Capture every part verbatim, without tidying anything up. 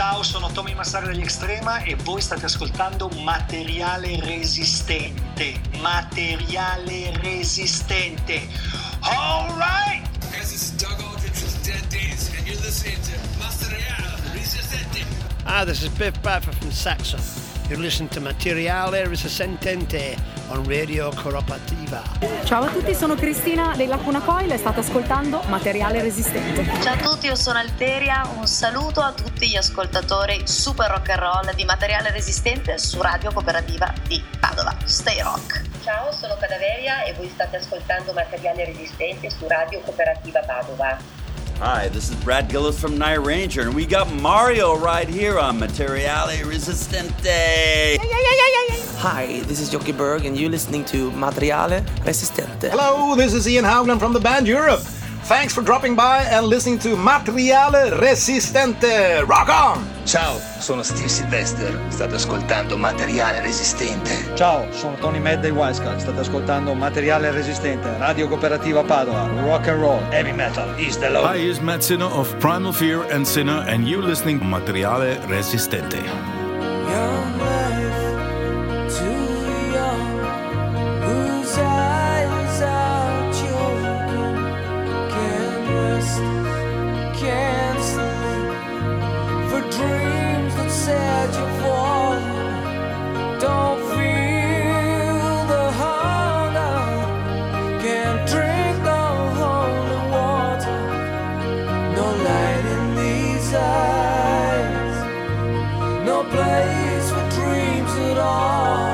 Ciao, sono Tommy Massaro degli Extrema e voi state ascoltando Materiale Resistente. Materiale Resistente. All right! This is Doug Aldrich with Dead Days, and you're listening to Materiale Resistente. Ah, this is Biff Buffer from Saxon. You're listening to Materiale Resistente on Radio Cooperativa. Ciao a tutti, sono Cristina dei Lacuna Coil e state ascoltando Materiale Resistente. Ciao a tutti, io sono Alteria, un saluto a tutti gli ascoltatori super rock and roll di Materiale Resistente su Radio Cooperativa di Padova. Stay rock! Ciao, sono Cadaveria e voi state ascoltando Materiale Resistente su Radio Cooperativa Padova. Hi, this is Brad Gillis from Night Ranger, and we got Mario right here on Materiale Resistente. Hi, this is Jockey Berg, and you're listening to Materiale Resistente. Hello, this is Ian Howland from the band Europe. Thanks for dropping by and listening to Materiale Resistente. Rock on! Ciao, sono Steve Sylvester, state ascoltando Materiale Resistente. Ciao, sono Tony Matt dei Wisecat, state ascoltando Materiale Resistente, Radio Cooperativa Padova, rock and roll, heavy metal is the law. Hi, is Matt Sinner of Primal Fear and Sinner, and you're listening to Materiale Resistente. Young life, too young, whose eyes are choking, can't rest, can't sleep, for dreams that set you falling, don't feel the hunger, can't drink the holy water, no light in these eyes, no place for dreams at all.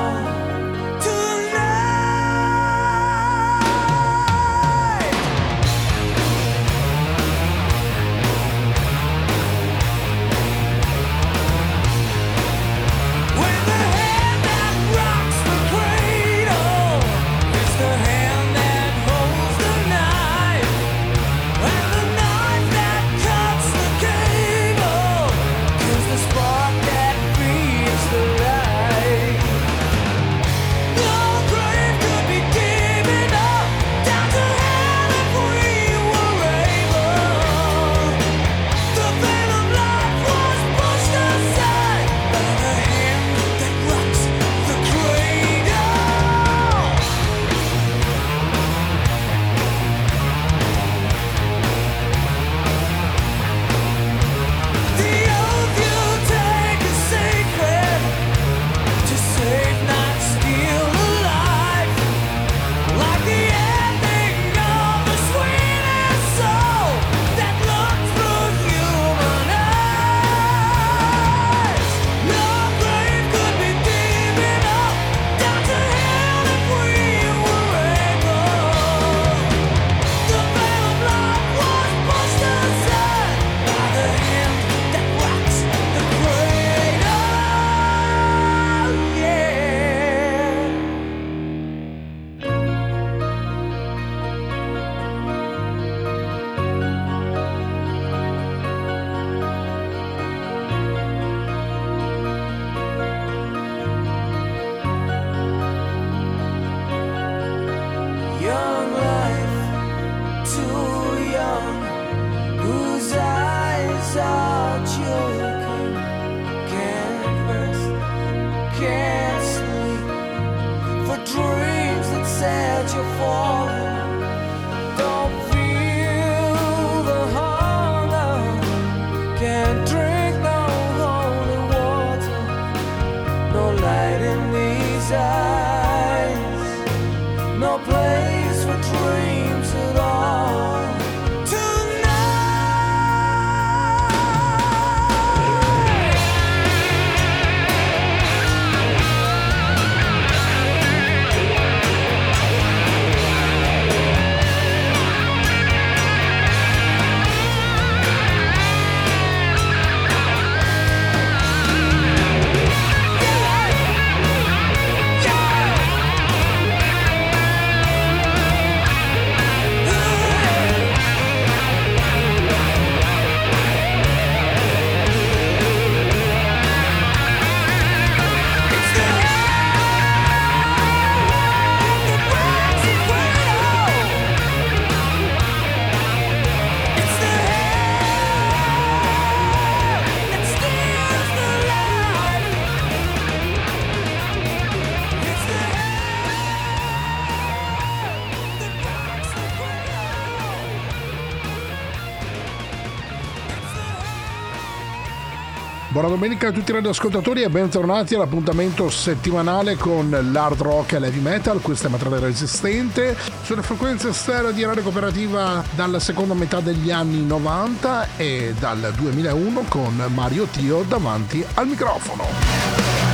Buona domenica a tutti i radioascoltatori e bentornati all'appuntamento settimanale con l'hard rock e l'heavy metal. Questa è Materiale Resistente sulle frequenze stereo di Radio Cooperativa dalla seconda metà degli anni novanta e dal duemilauno con Mario Tio davanti al microfono.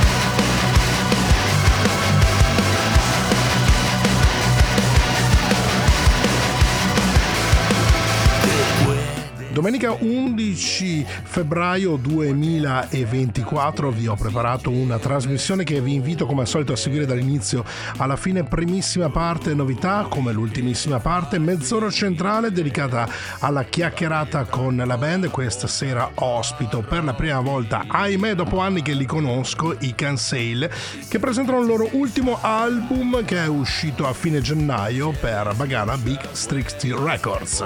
Domenica undici febbraio duemilaventiquattro vi ho preparato una trasmissione che vi invito come al solito a seguire dall'inizio alla fine. Primissima parte novità, come l'ultimissima parte mezz'ora centrale dedicata alla chiacchierata con la band. Questa sera ospito per la prima volta, ahimè dopo anni che li conosco, i Cancale, che presentano il loro ultimo album che è uscito a fine gennaio per Bagana Big Strixty Records.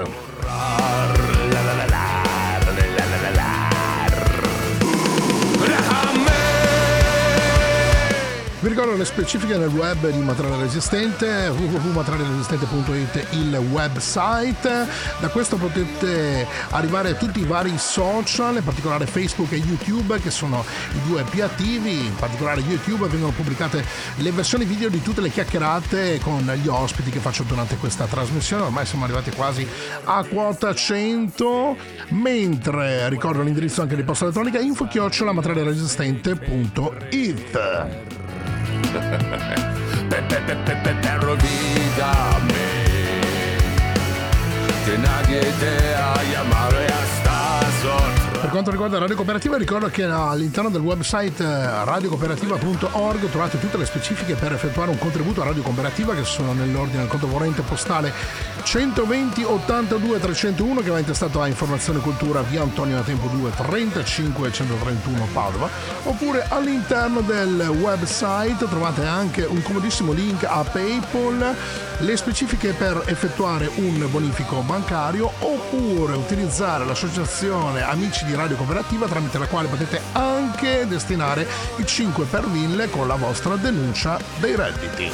Vi ricordo le specifiche nel web di Materiale Resistente, w w w punto materiale resistente punto i t, il website. Da questo potete arrivare a tutti i vari social, in particolare Facebook e YouTube, che sono i due più attivi. In particolare YouTube vengono pubblicate le versioni video di tutte le chiacchierate con gli ospiti che faccio durante questa trasmissione. Ormai siamo arrivati quasi a quota cento, mentre ricordo l'indirizzo anche di posta elettronica info chiocciola materiale resistente punto it. Pero dígame, que nadie te ha llamado y estás otro. Per quanto riguarda Radio Cooperativa, ricordo che all'interno del website radio cooperativa punto org trovate tutte le specifiche per effettuare un contributo a Radio Cooperativa, che sono nell'ordine del conto corrente postale centoventi ottantadue trecentouno, che va intestato a Informazione e Cultura, via Antonio da Tempo due trentacinque centotrentuno Padova, oppure all'interno del website trovate anche un comodissimo link a PayPal, le specifiche per effettuare un bonifico bancario, oppure utilizzare l'associazione Amici di Radio Cooperativa, tramite la quale potete anche destinare i cinque per mille con la vostra denuncia dei redditi.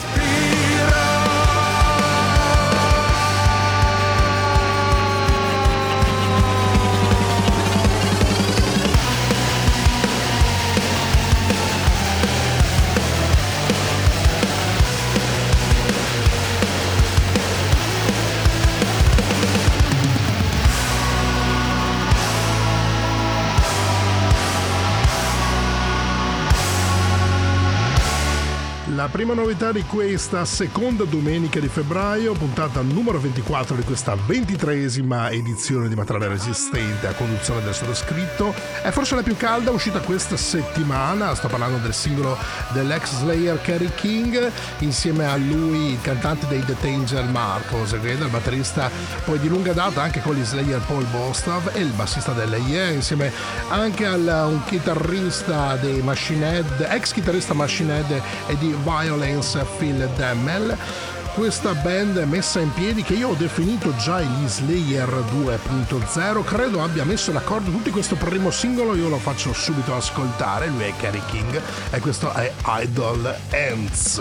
La prima novità di questa seconda domenica di febbraio, puntata numero ventiquattro di questa ventitreesima edizione di Materiale Resistente a conduzione del sottoscritto, è forse la più calda uscita questa settimana. Sto parlando del singolo dell'ex Slayer Kerry King, insieme a lui il cantante dei The Angel Marco Segredo, il batterista poi di lunga data anche con gli Slayer Paul Bostaph e il bassista delle Yeah, insieme anche a un chitarrista dei Machine Head, ex chitarrista Machine Head e di Violence, Phil Demmel. Questa band messa in piedi, che io ho definito già gli Slayer due punto zero, credo abbia messo d'accordo tutti questo primo singolo. Io lo faccio subito ascoltare. Lui è Kerry King e questo è Idle Hands.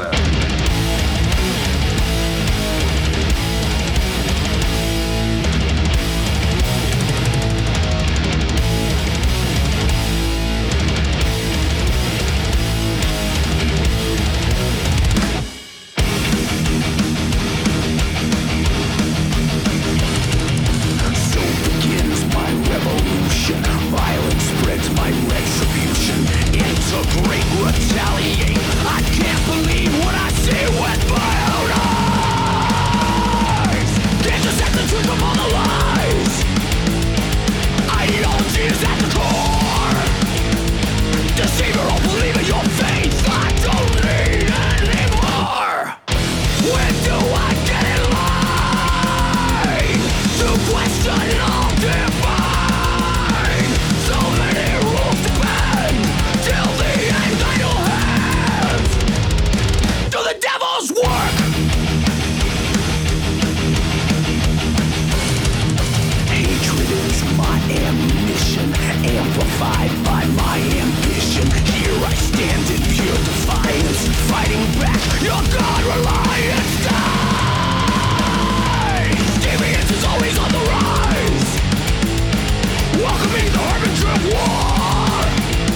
Welcoming the harbinger of war.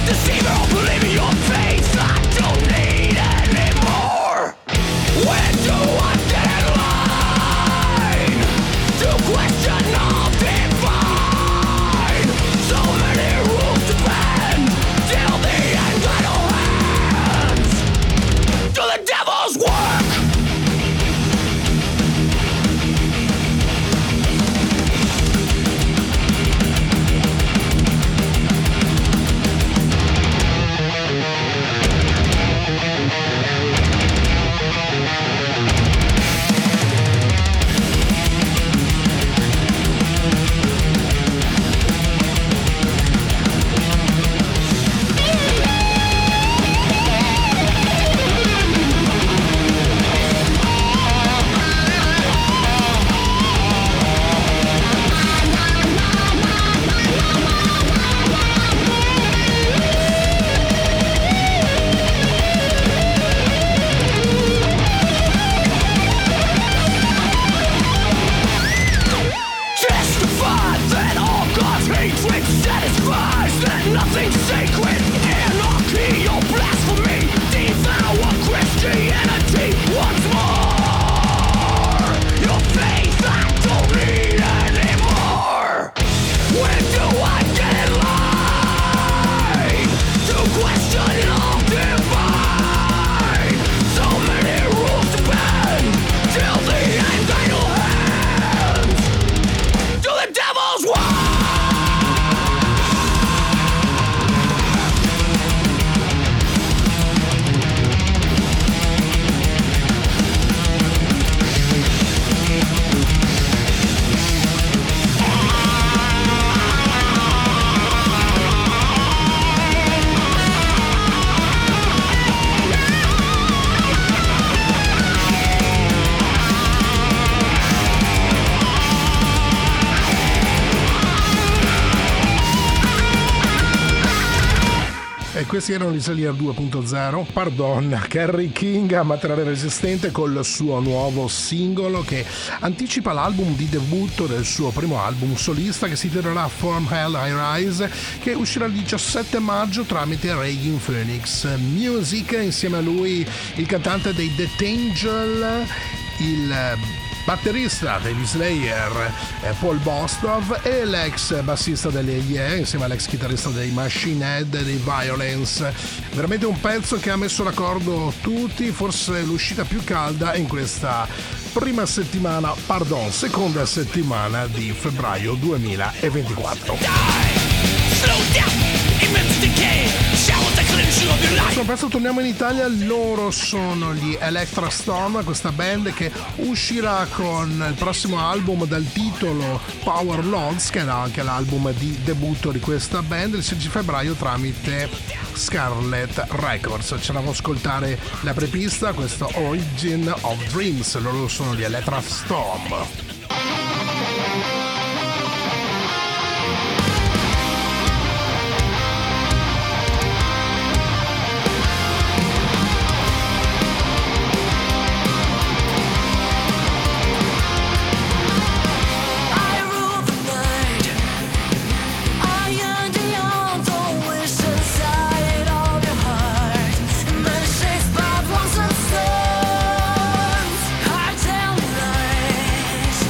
Questi erano gli Slayer due punto zero. Pardon, Kerry King a Materiale Resistente col suo nuovo singolo che anticipa l'album di debutto del suo primo album solista, che si intitolerà From Hell I Rise, che uscirà il diciassette maggio tramite Reign Phoenix Music. Insieme a lui il cantante dei The Angel, il batterista degli Slayer Paul Bostov e l'ex bassista delle Yeah insieme all'ex chitarrista dei Machine Head e dei Violence. Veramente un pezzo che ha messo d'accordo tutti, forse l'uscita più calda in questa prima settimana, pardon, seconda settimana di febbraio duemilaventiquattro. Adesso torniamo in Italia, loro sono gli Electra Storm, questa band che uscirà con il prossimo album dal titolo Power Lords, che era anche l'album di debutto di questa band, il sedici febbraio tramite Scarlet Records. Ci andiamo ad ascoltare la prepista, questo Origin of Dreams, loro sono gli Electra Storm. Heart down the line.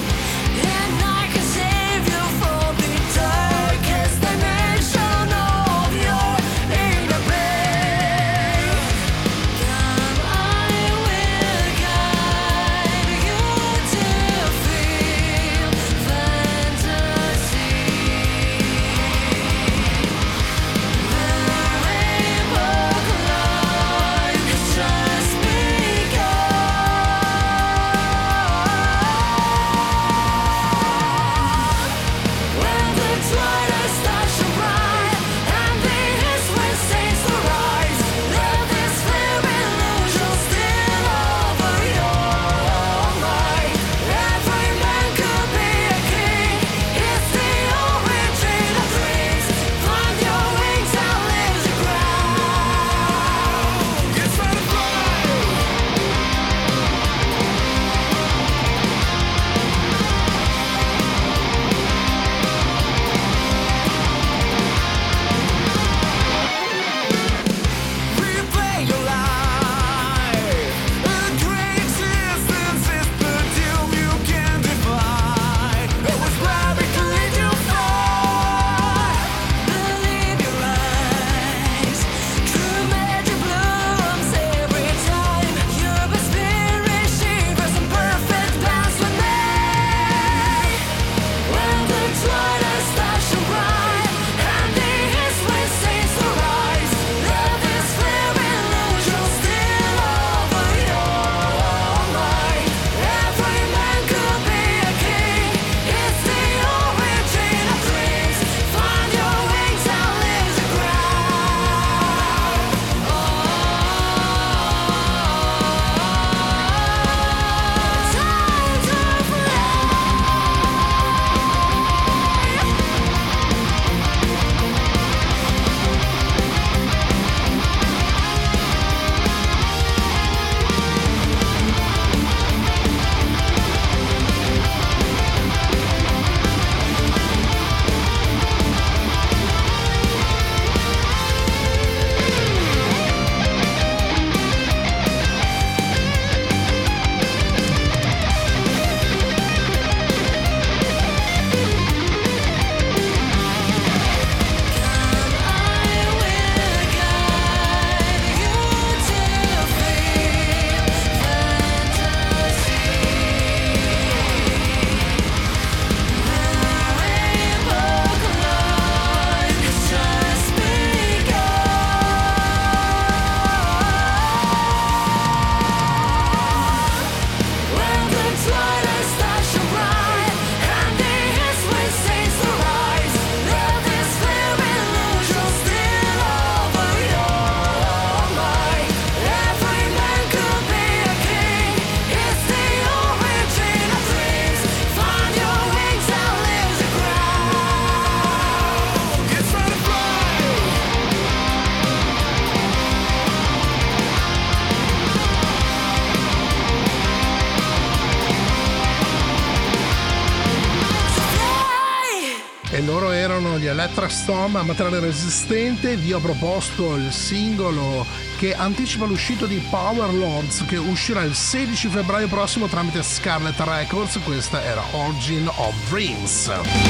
erano gli Electra Storm a Materiale Resistente. Vi ho proposto il singolo che anticipa l'uscita di Power Lords, che uscirà il sedici febbraio prossimo tramite Scarlet Records. Questa era Origin of Dreams.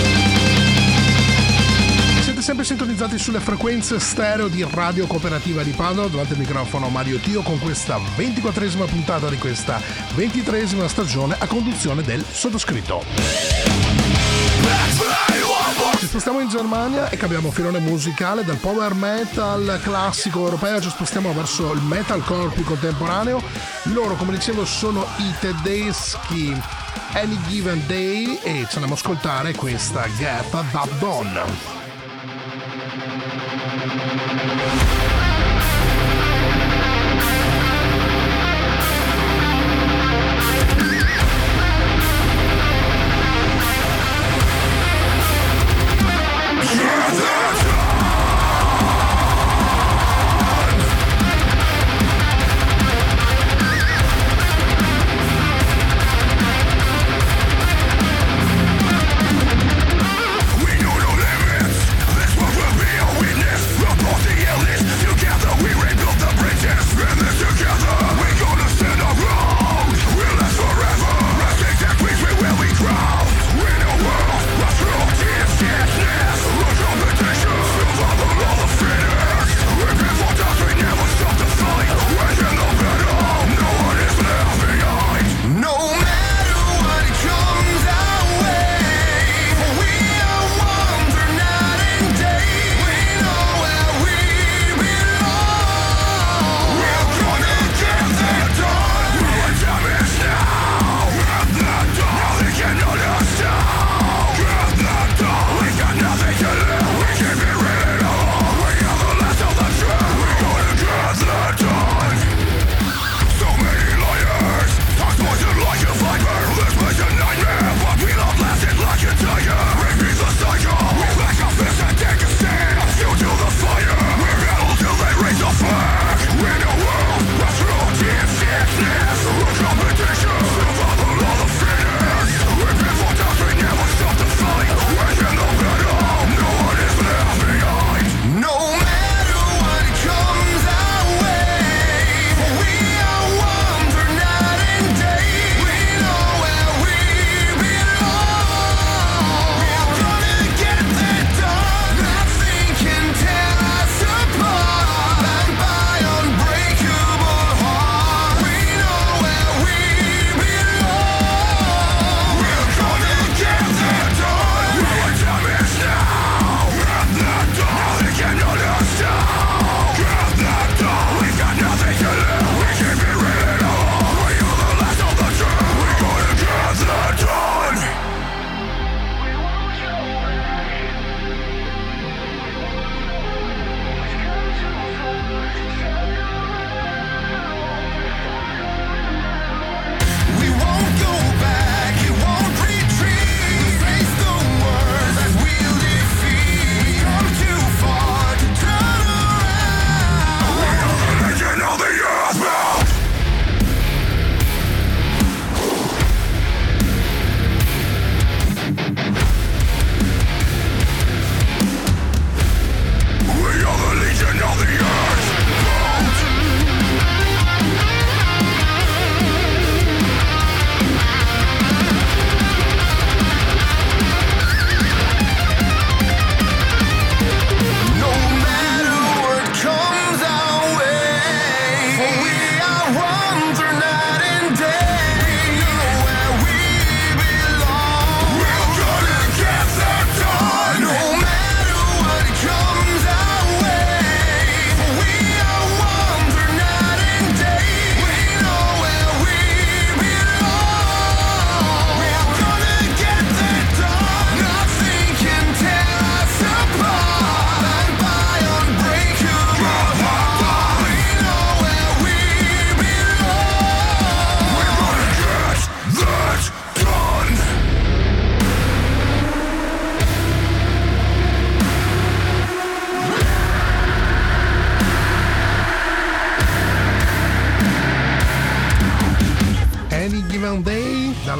Siete sempre sintonizzati sulle frequenze stereo di Radio Cooperativa di Padova. Davanti al microfono Mario Tio con questa ventiquattresima puntata di questa ventitreesima stagione a conduzione del sottoscritto. Ci spostiamo in Germania e cambiamo filone musicale. Dal power metal classico europeo ci spostiamo verso il metalcore più contemporaneo. Loro, come dicevo, sono i tedeschi Any Given Day e ci andiamo ad ascoltare questa Get That Done. We know no limits. This world will be a witness. Report the illness.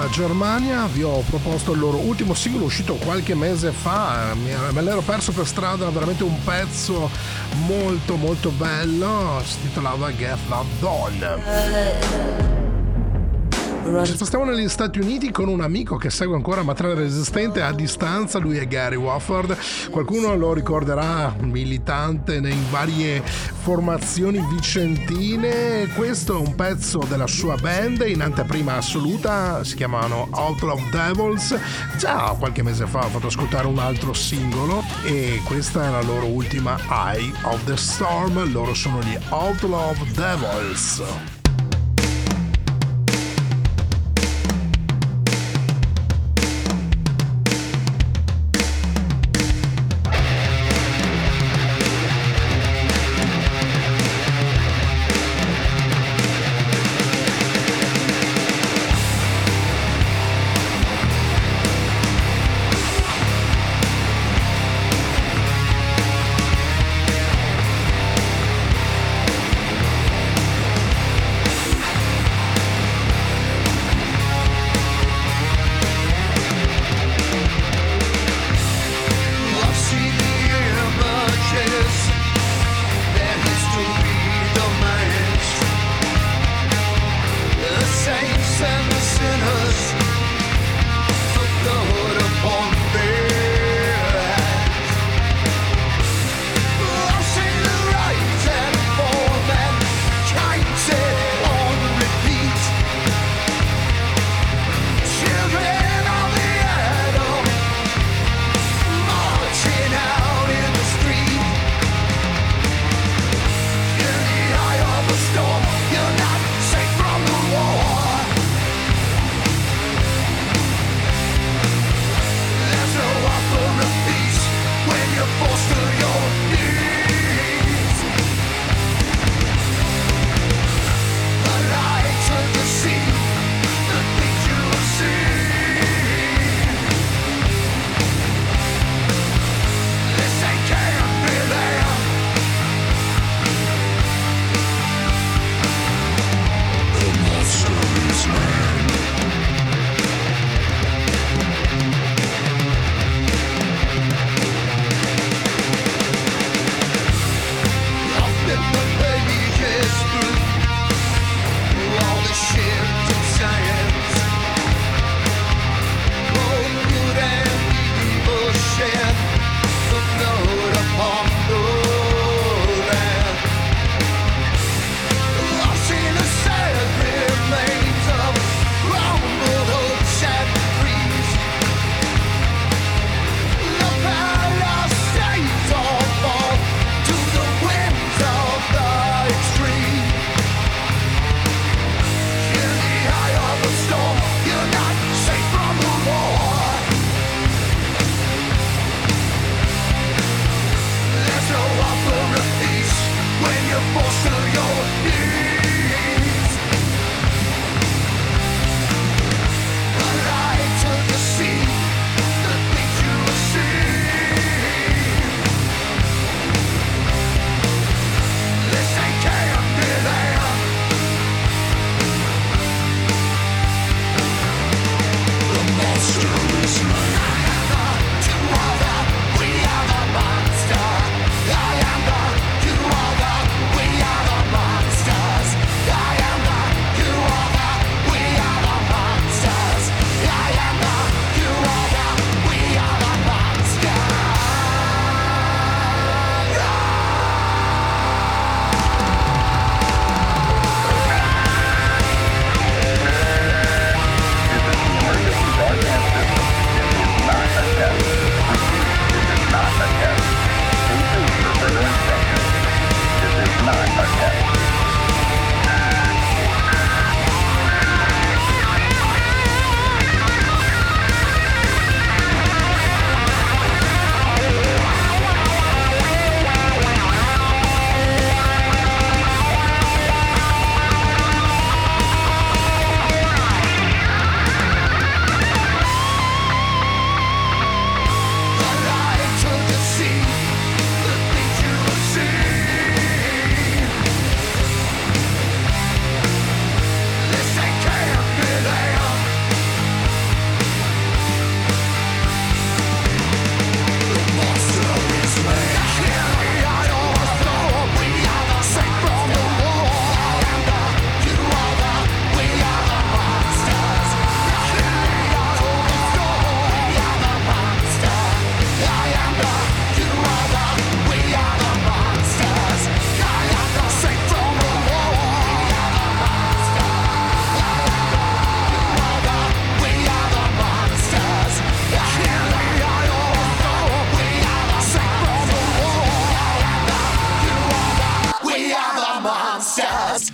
dalla Germania. Vi ho proposto il loro ultimo singolo uscito qualche mese fa, me l'ero perso per strada, veramente un pezzo molto molto bello, si titolava Get Love Done. Ci spostiamo negli Stati Uniti con un amico che segue ancora Materiale Resistente a distanza. Lui è Gary Wofford. Qualcuno lo ricorderà militante in varie formazioni vicentine. Questo è un pezzo della sua band in anteprima assoluta, si chiamano Outlaw Devils. Già qualche mese fa ho fatto ascoltare un altro singolo e questa è la loro ultima, Eye of the Storm. Loro sono gli Outlaw Devils.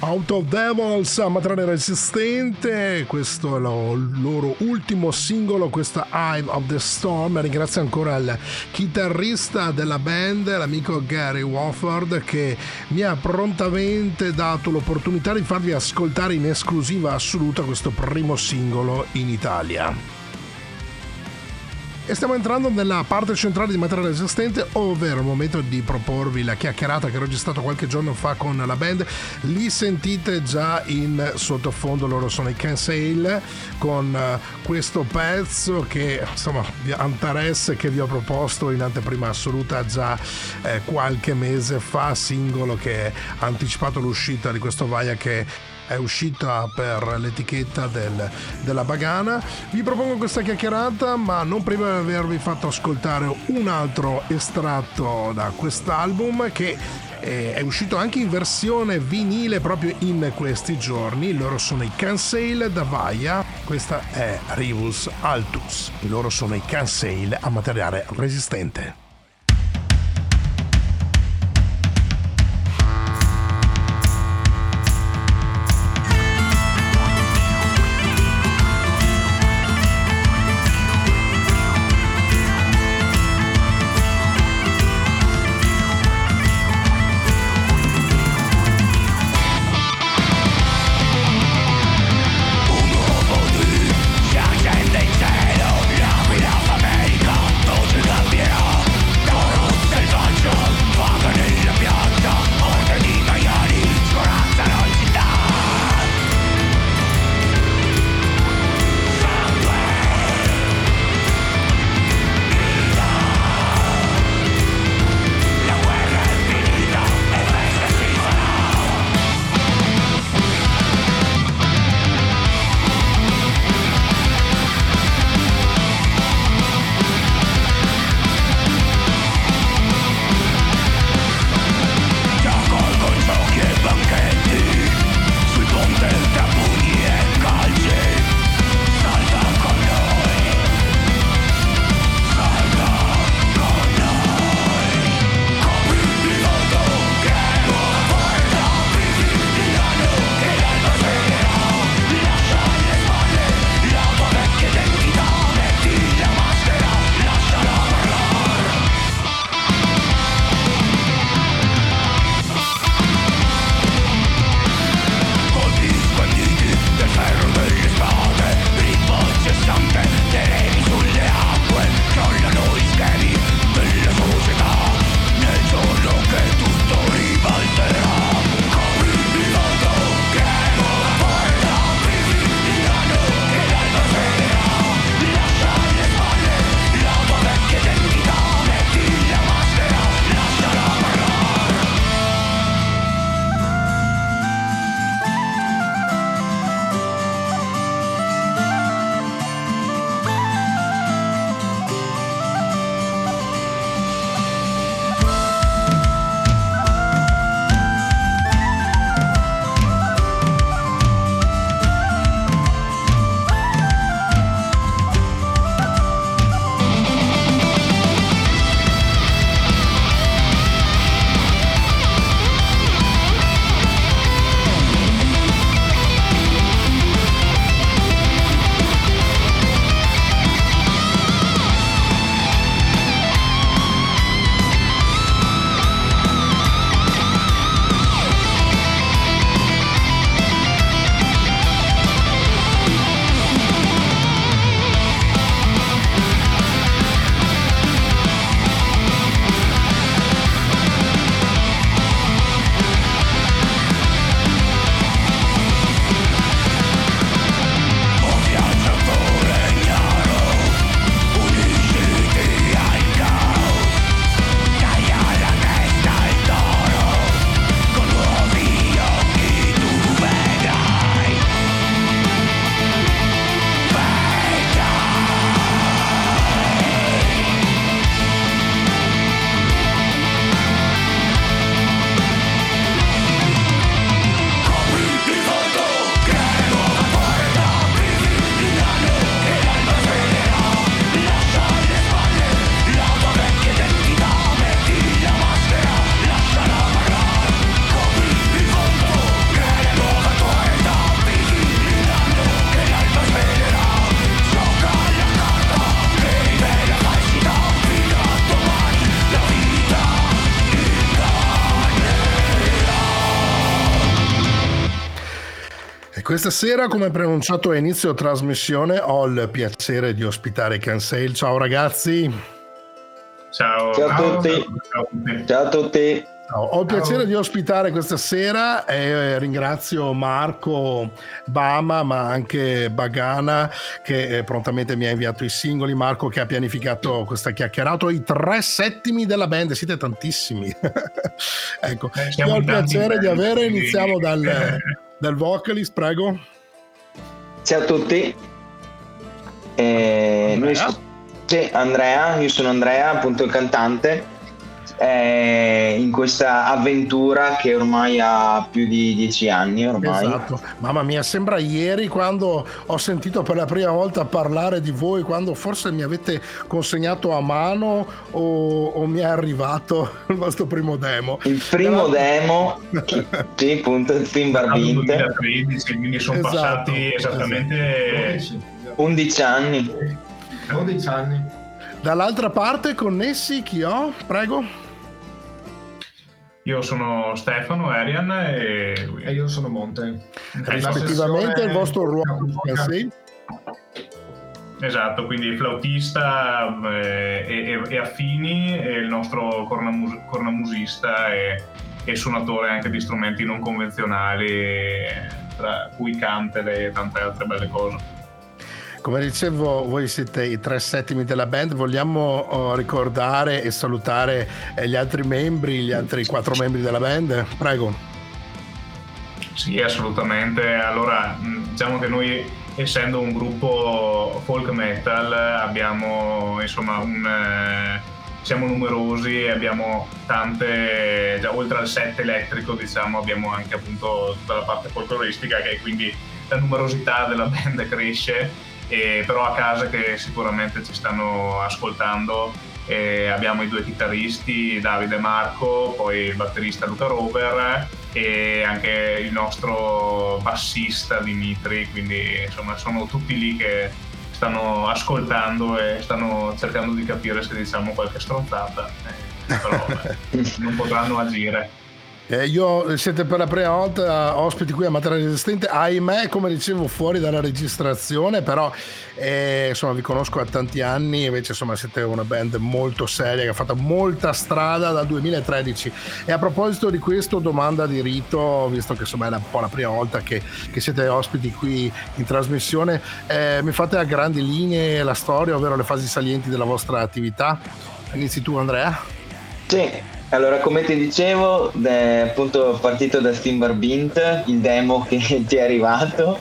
Out of Devils, materiale resistente, questo è lo, il loro ultimo singolo, questa Eye of the Storm. Ringrazio ancora il chitarrista della band, l'amico Gary Wofford, che mi ha prontamente dato l'opportunità di farvi ascoltare in esclusiva assoluta questo primo singolo in Italia. E stiamo entrando nella parte centrale di materiale resistente, ovvero il momento di proporvi la chiacchierata che ho registrato qualche giorno fa con la band. Li sentite già in sottofondo, loro sono i Cancel, con questo pezzo che insomma Antares, che vi ho proposto in anteprima assoluta già eh, qualche mese fa, singolo che ha anticipato l'uscita di questo Vaia che è uscita per l'etichetta del, della Bagana. Vi propongo questa chiacchierata, ma non prima di avervi fatto ascoltare un altro estratto da quest'album che è uscito anche in versione vinile proprio in questi giorni. Loro sono i Cancel da Vaia, questa è Rivus Altus. Loro sono i Cancel a materiale resistente. Viaja en el cielo, la vida de América, todo cambia. Questa sera, come preannunciato a inizio trasmissione, ho il piacere di ospitare Cancel. Ciao ragazzi. Ciao. Ciao a tutti. Ciao a tutti. Ho il piacere di ospitare questa sera e ringrazio Marco Bama ma anche Bagana che prontamente mi ha inviato i singoli. Marco che ha pianificato questa chiacchierata, i tre settimi della band, siete tantissimi. Ecco, eh, ho il piacere di avere, iniziamo dal, dal vocalist, prego. Ciao a tutti. Eh, noi, sì, Andrea, io sono Andrea, appunto il cantante. In questa avventura che ormai ha più di dieci anni ormai. Esatto, mamma mia, sembra ieri quando ho sentito per la prima volta parlare di voi, quando forse mi avete consegnato a mano o, o mi è arrivato il vostro primo demo. Il primo Però... demo sì, appunto il Timber Beat duemilatredici, quindi sono esatto, passati esattamente esatto. undici anni. undici anni. Dall'altra parte connessi chi ho? Prego. Io sono Stefano Arian e lui. E io sono Monte. Rispettivamente il vostro ruolo. Esatto, quindi flautista eh, e, e affini e il nostro cornamus- cornamusista e, e suonatore anche di strumenti non convenzionali, tra cui cantele e tante altre belle cose. Come dicevo, voi siete i tre settimi della band, vogliamo ricordare e salutare gli altri membri, gli altri quattro membri della band? Prego. Sì, assolutamente. Allora, diciamo che noi, essendo un gruppo folk metal, abbiamo insomma un... Eh, siamo numerosi e abbiamo tante, già oltre al set elettrico, diciamo, abbiamo anche appunto tutta la parte folcloristica, che quindi la numerosità della band cresce. E però a casa che sicuramente ci stanno ascoltando eh, abbiamo i due chitarristi Davide e Marco, poi il batterista Luca Rover e anche il nostro bassista Dimitri, quindi insomma sono tutti lì che stanno ascoltando e stanno cercando di capire se diciamo qualche stronzata, eh, però beh, non potranno agire. Eh, io siete per la prima volta ospiti qui a Materiale Resistente, ahimè, come dicevo, fuori dalla registrazione, però eh, insomma vi conosco da tanti anni, invece insomma siete una band molto seria che ha fatto molta strada dal duemilatredici. E a proposito di questo, domanda di rito, visto che insomma è un po' la prima volta che, che siete ospiti qui in trasmissione, eh, mi fate a grandi linee la storia, ovvero le fasi salienti della vostra attività. Inizi tu, Andrea? Sì. Allora, come ti dicevo, è appunto partito da Timber Beat, il demo che ti è arrivato,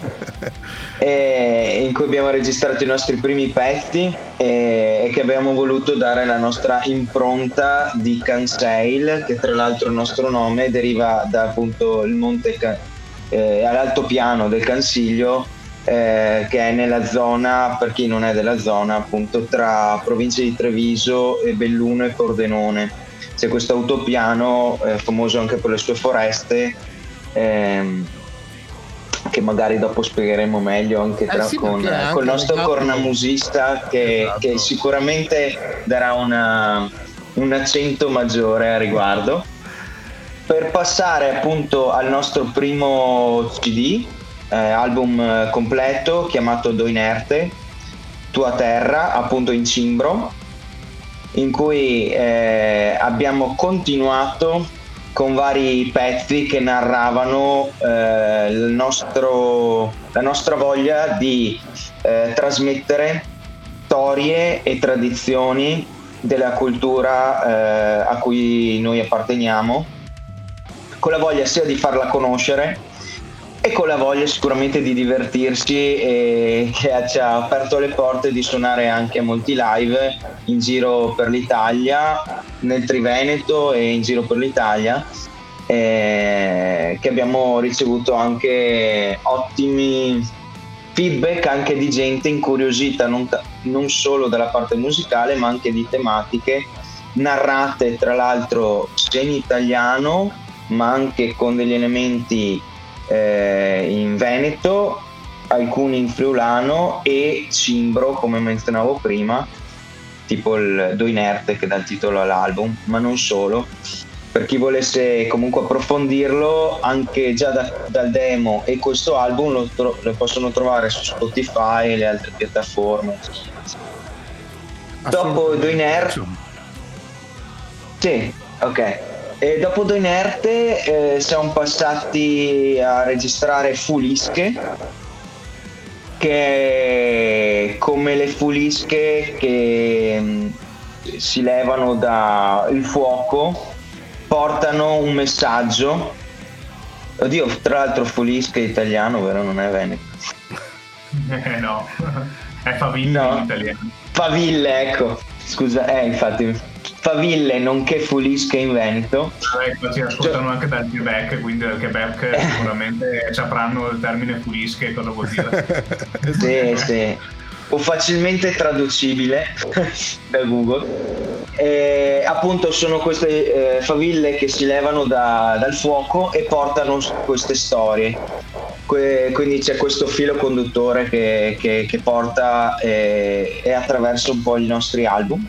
e in cui abbiamo registrato i nostri primi pezzi e, e che abbiamo voluto dare la nostra impronta di Cancel, che tra l'altro il nostro nome deriva da appunto il monte eh, all'altopiano del Cansiglio, eh, che è nella zona, per chi non è della zona, appunto tra province di Treviso e Belluno e Pordenone. C'è questo autopiano eh, famoso anche per le sue foreste, ehm, che magari dopo spiegheremo meglio anche tra, eh sì, con, anche con il nostro legato... cornamusista che, esatto. che sicuramente darà una, un accento maggiore a riguardo. Per passare appunto al nostro primo C D, eh, album completo chiamato Do Inerte, Tua Terra, appunto in cimbro, in cui eh, abbiamo continuato con vari pezzi che narravano eh, il nostro, la nostra voglia di eh, trasmettere storie e tradizioni della cultura eh, a cui noi apparteniamo, con la voglia sia di farla conoscere e con la voglia sicuramente di divertirsi, e che ci ha aperto le porte di suonare anche a molti live in giro per l'Italia, nel Triveneto e in giro per l'Italia, eh, che abbiamo ricevuto anche ottimi feedback anche di gente incuriosita non, non solo dalla parte musicale ma anche di tematiche narrate tra l'altro sia in italiano ma anche con degli elementi eh, in veneto, alcuni in friulano e cimbro come menzionavo prima, tipo il Do Inerte che dà il titolo all'album, ma non solo. per chi volesse comunque approfondirlo, anche già da, dal demo e questo album lo, tro- lo possono trovare su Spotify e le altre piattaforme. Dopo Do Inerte, sì, ok. E dopo Do Inerte eh, siamo passati a registrare Fulische, che come le fulische che mh, si levano dal fuoco portano un messaggio. Oddio, tra l'altro Fulische è italiano, vero? Non è veneto? Eh no, è Faville no. in italiano. Faville, ecco, scusa, eh infatti Faville nonché Fulische in Veneto. Ecco, ci ascoltano anche dal Quebec, quindi dal Quebec sicuramente sapranno il termine Fulische cosa vuol dire. Sì, sì, o facilmente traducibile da Google. E appunto sono queste eh, faville che si levano da, dal fuoco e portano queste storie. Que- quindi c'è questo filo conduttore che, che, che porta e eh, attraverso un po' i nostri album.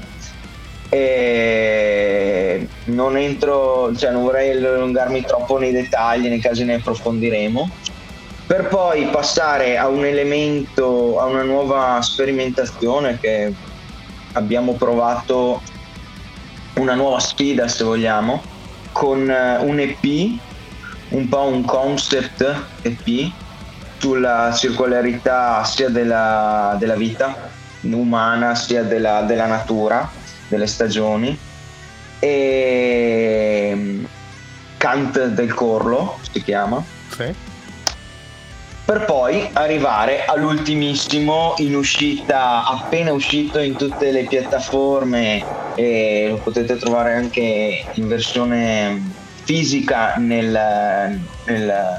E non entro, cioè non vorrei allungarmi troppo nei dettagli, nei casi ne approfondiremo, per poi passare a un elemento, a una nuova sperimentazione che abbiamo provato, una nuova sfida se vogliamo, con un E P, un po' un concept E P sulla circolarità sia della, della vita umana sia della, della natura, delle stagioni, e Cant del Corlo si chiama, sì. Per poi arrivare all'ultimissimo, in uscita, appena uscito in tutte le piattaforme, e lo potete trovare anche in versione fisica nel, nel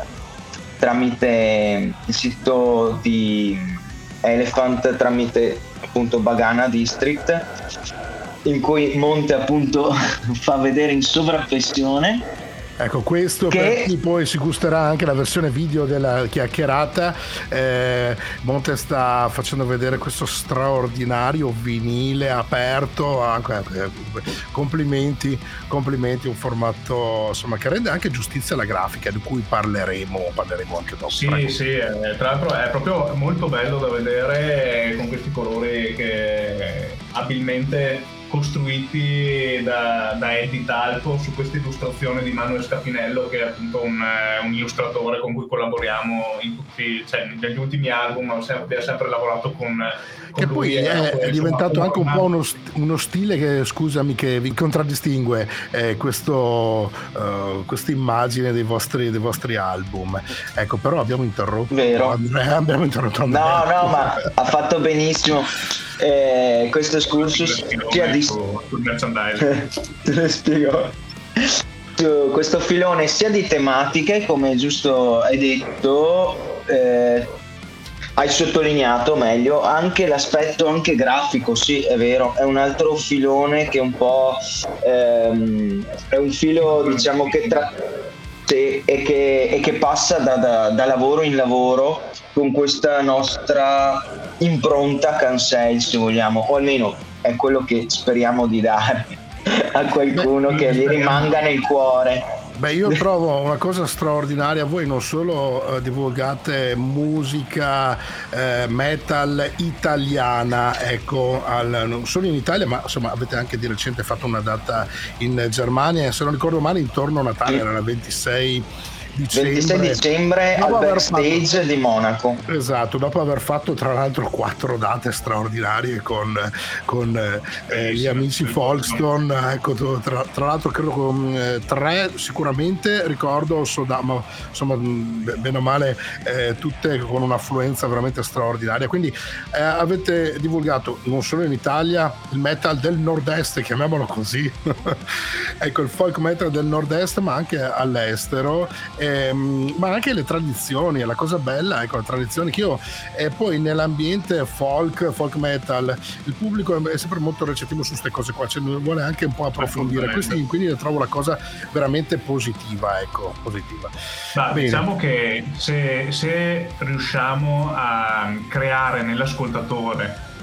tramite il sito di Elephant, tramite appunto Bagana District, in cui Monte appunto fa vedere in sovrappressione. Ecco, questo che... per chi poi si gusterà anche la versione video della chiacchierata. eh, Monte sta facendo vedere questo straordinario vinile aperto, anche, eh, complimenti complimenti un formato insomma che rende anche giustizia alla grafica, di cui parleremo parleremo anche dopo. Sì, Prego. sì, eh, tra l'altro è proprio molto bello da vedere, con questi colori che abilmente costruiti da, da Eddie Talpo su questa illustrazione di Manuel Scapinello, che è appunto un, un illustratore con cui collaboriamo in tutti, cioè negli ultimi album, ha sempre, sempre lavorato con, con che lui. poi è, è diventato insomma, anche un po' uno, st- uno stile che, scusami, che vi contraddistingue, eh, questo uh, questa immagine dei vostri, dei vostri album. Ecco, però abbiamo interrotto Vero. Andrea, abbiamo interrotto Andrea. No, no, ma ha fatto benissimo. Eh, questo excursus sia di sul merchandising. te lo spiego. Questo filone sia di tematiche, come giusto hai detto, eh, hai sottolineato meglio anche l'aspetto anche grafico. Sì, è vero, è un altro filone che un po' ehm, è un filo, diciamo, che tra sì, e che, e che passa da, da, da lavoro in lavoro con questa nostra impronta Cancel, se vogliamo, o almeno è quello che speriamo di dare a qualcuno Beh, che gli rimanga nel cuore. Beh, io trovo una cosa straordinaria, voi non solo eh, divulgate musica eh, metal italiana, ecco, al, non solo in Italia, ma insomma avete anche di recente fatto una data in Germania, se non ricordo male intorno a Natale, era il ventisei dicembre, ventisei dicembre al backstage fatto, di Monaco. Esatto, dopo aver fatto tra l'altro quattro date straordinarie con, con eh, gli amici Folkestone, ecco, tra, tra l'altro credo con eh, tre sicuramente ricordo Sodama, insomma bene o male eh, tutte con un'affluenza veramente straordinaria, quindi eh, avete divulgato non solo in Italia il metal del nord-est, chiamiamolo così ecco, il folk metal del nord-est, ma anche all'estero. Eh, ma anche le tradizioni, la cosa bella, ecco, le tradizioni che io e eh, poi nell'ambiente folk, folk metal, il pubblico è sempre molto recettivo su queste cose qua, cioè vuole anche un po' approfondire, questi, quindi io trovo la cosa veramente positiva, ecco, positiva. Ma diciamo che se, se riusciamo a creare nell'ascoltatore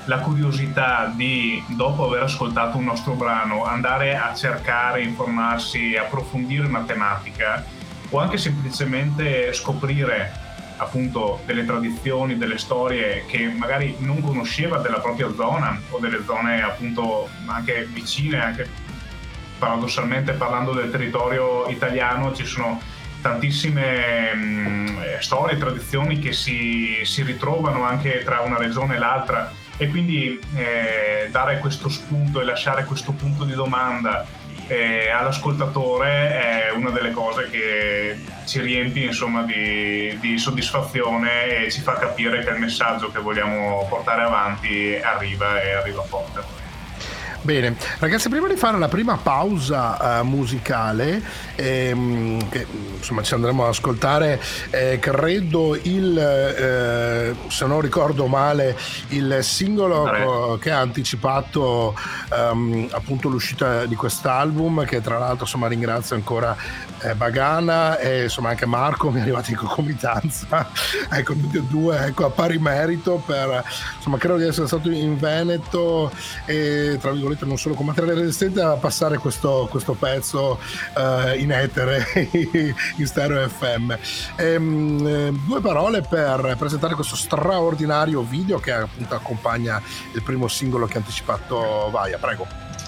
la curiosità di, dopo aver ascoltato un nostro brano, andare a cercare, informarsi, approfondire una tematica o anche semplicemente scoprire appunto delle tradizioni, delle storie che magari non conosceva della propria zona o delle zone appunto anche vicine, anche paradossalmente parlando del territorio italiano ci sono tantissime mh, storie, tradizioni che si, si ritrovano anche tra una regione e l'altra, e quindi eh, dare questo spunto e lasciare questo punto di domanda eh, all'ascoltatore è una delle cose che ci riempie insomma di, di soddisfazione e ci fa capire che il messaggio che vogliamo portare avanti arriva e arriva forte. Bene, ragazzi, prima di fare la prima pausa uh, musicale, ehm, che insomma ci andremo ad ascoltare, eh, credo il, eh, se non ricordo male, il singolo co- che ha anticipato um, appunto l'uscita di quest'album, che tra l'altro insomma ringrazio ancora eh, Bagana e insomma anche Marco, mi è arrivato in concomitanza, ecco, tutti e due, ecco, a pari merito per, insomma, credo di essere stato in Veneto e tra virgolette non solo con materiale resistente a passare questo, questo pezzo uh, in etere in stereo F M. Ehm, due parole per presentare questo straordinario video che appunto accompagna il primo singolo che ha anticipato Vaia, prego.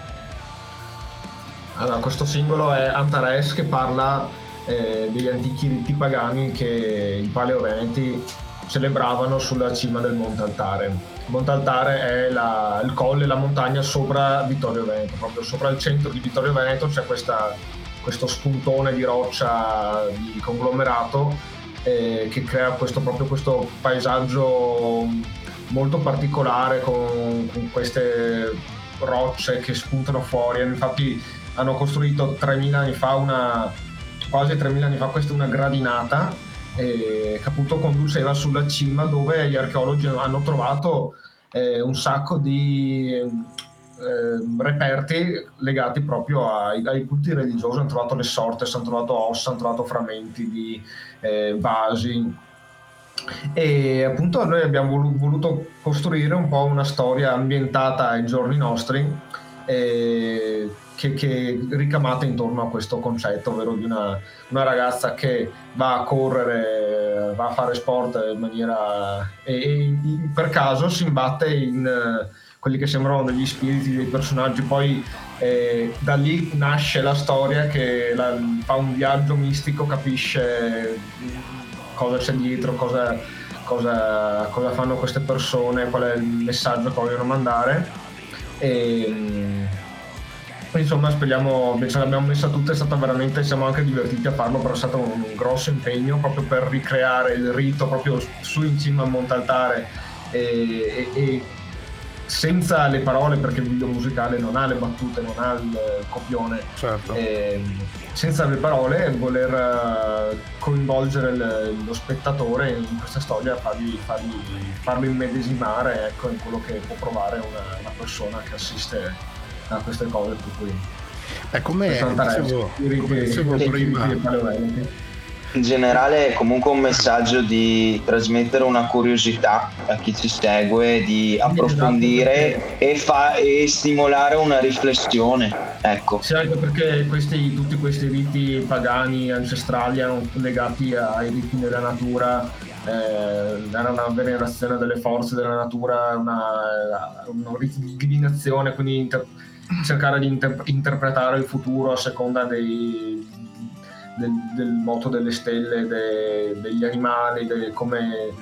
Allora, questo singolo è Antares, che parla eh, degli antichi riti pagani che i paleoveneti celebravano sulla cima del Monte Altare. Monte Altare è la, il colle, la montagna sopra Vittorio Veneto, proprio sopra il centro di Vittorio Veneto c'è questa, questo spuntone di roccia di conglomerato eh, che crea questo, proprio questo paesaggio molto particolare con, con queste rocce che spuntano fuori. Infatti hanno costruito tremila anni fa una, quasi tremila anni fa questa una gradinata Eh, che appunto conduceva sulla cima, dove gli archeologi hanno trovato eh, un sacco di eh, reperti legati proprio ai, ai culti religiosi. Hanno trovato le sorte, hanno trovato ossa, hanno trovato frammenti di eh, vasi, e appunto noi abbiamo volu- voluto costruire un po' una storia ambientata ai giorni nostri eh, Che, che ricamata intorno a questo concetto, ovvero di una, una ragazza che va a correre, va a fare sport in maniera e, e per caso si imbatte in uh, quelli che sembrano degli spiriti dei personaggi. Poi eh, da lì nasce la storia, che la, fa un viaggio mistico, capisce cosa c'è dietro, cosa, cosa, cosa fanno queste persone, qual è il messaggio che vogliono mandare. E, insomma, speriamo, ce l'abbiamo messa tutta, è stata veramente, siamo anche divertiti a farlo, però è stato un, un grosso impegno proprio per ricreare il rito proprio su in cima al Monte Altare e, e, e senza le parole, perché il video musicale non ha le battute, non ha il copione, certo. E, senza le parole, voler coinvolgere il, lo spettatore in questa storia, fargli, fargli, farlo immedesimare, ecco, in quello che può provare una, una persona che assiste a queste cose. Per cui è come dicevo, come dicevo prima, in generale è comunque un messaggio di trasmettere una curiosità a chi ci segue, di approfondire e, fa, e stimolare una riflessione, ecco. Sì, anche perché questi, tutti questi riti pagani ancestrali erano legati ai riti della natura, eh, era una venerazione delle forze della natura, una, una rito di divinazione, quindi inter- cercare di inter- interpretare il futuro a seconda dei, del, del moto delle stelle, de, degli animali, de, come,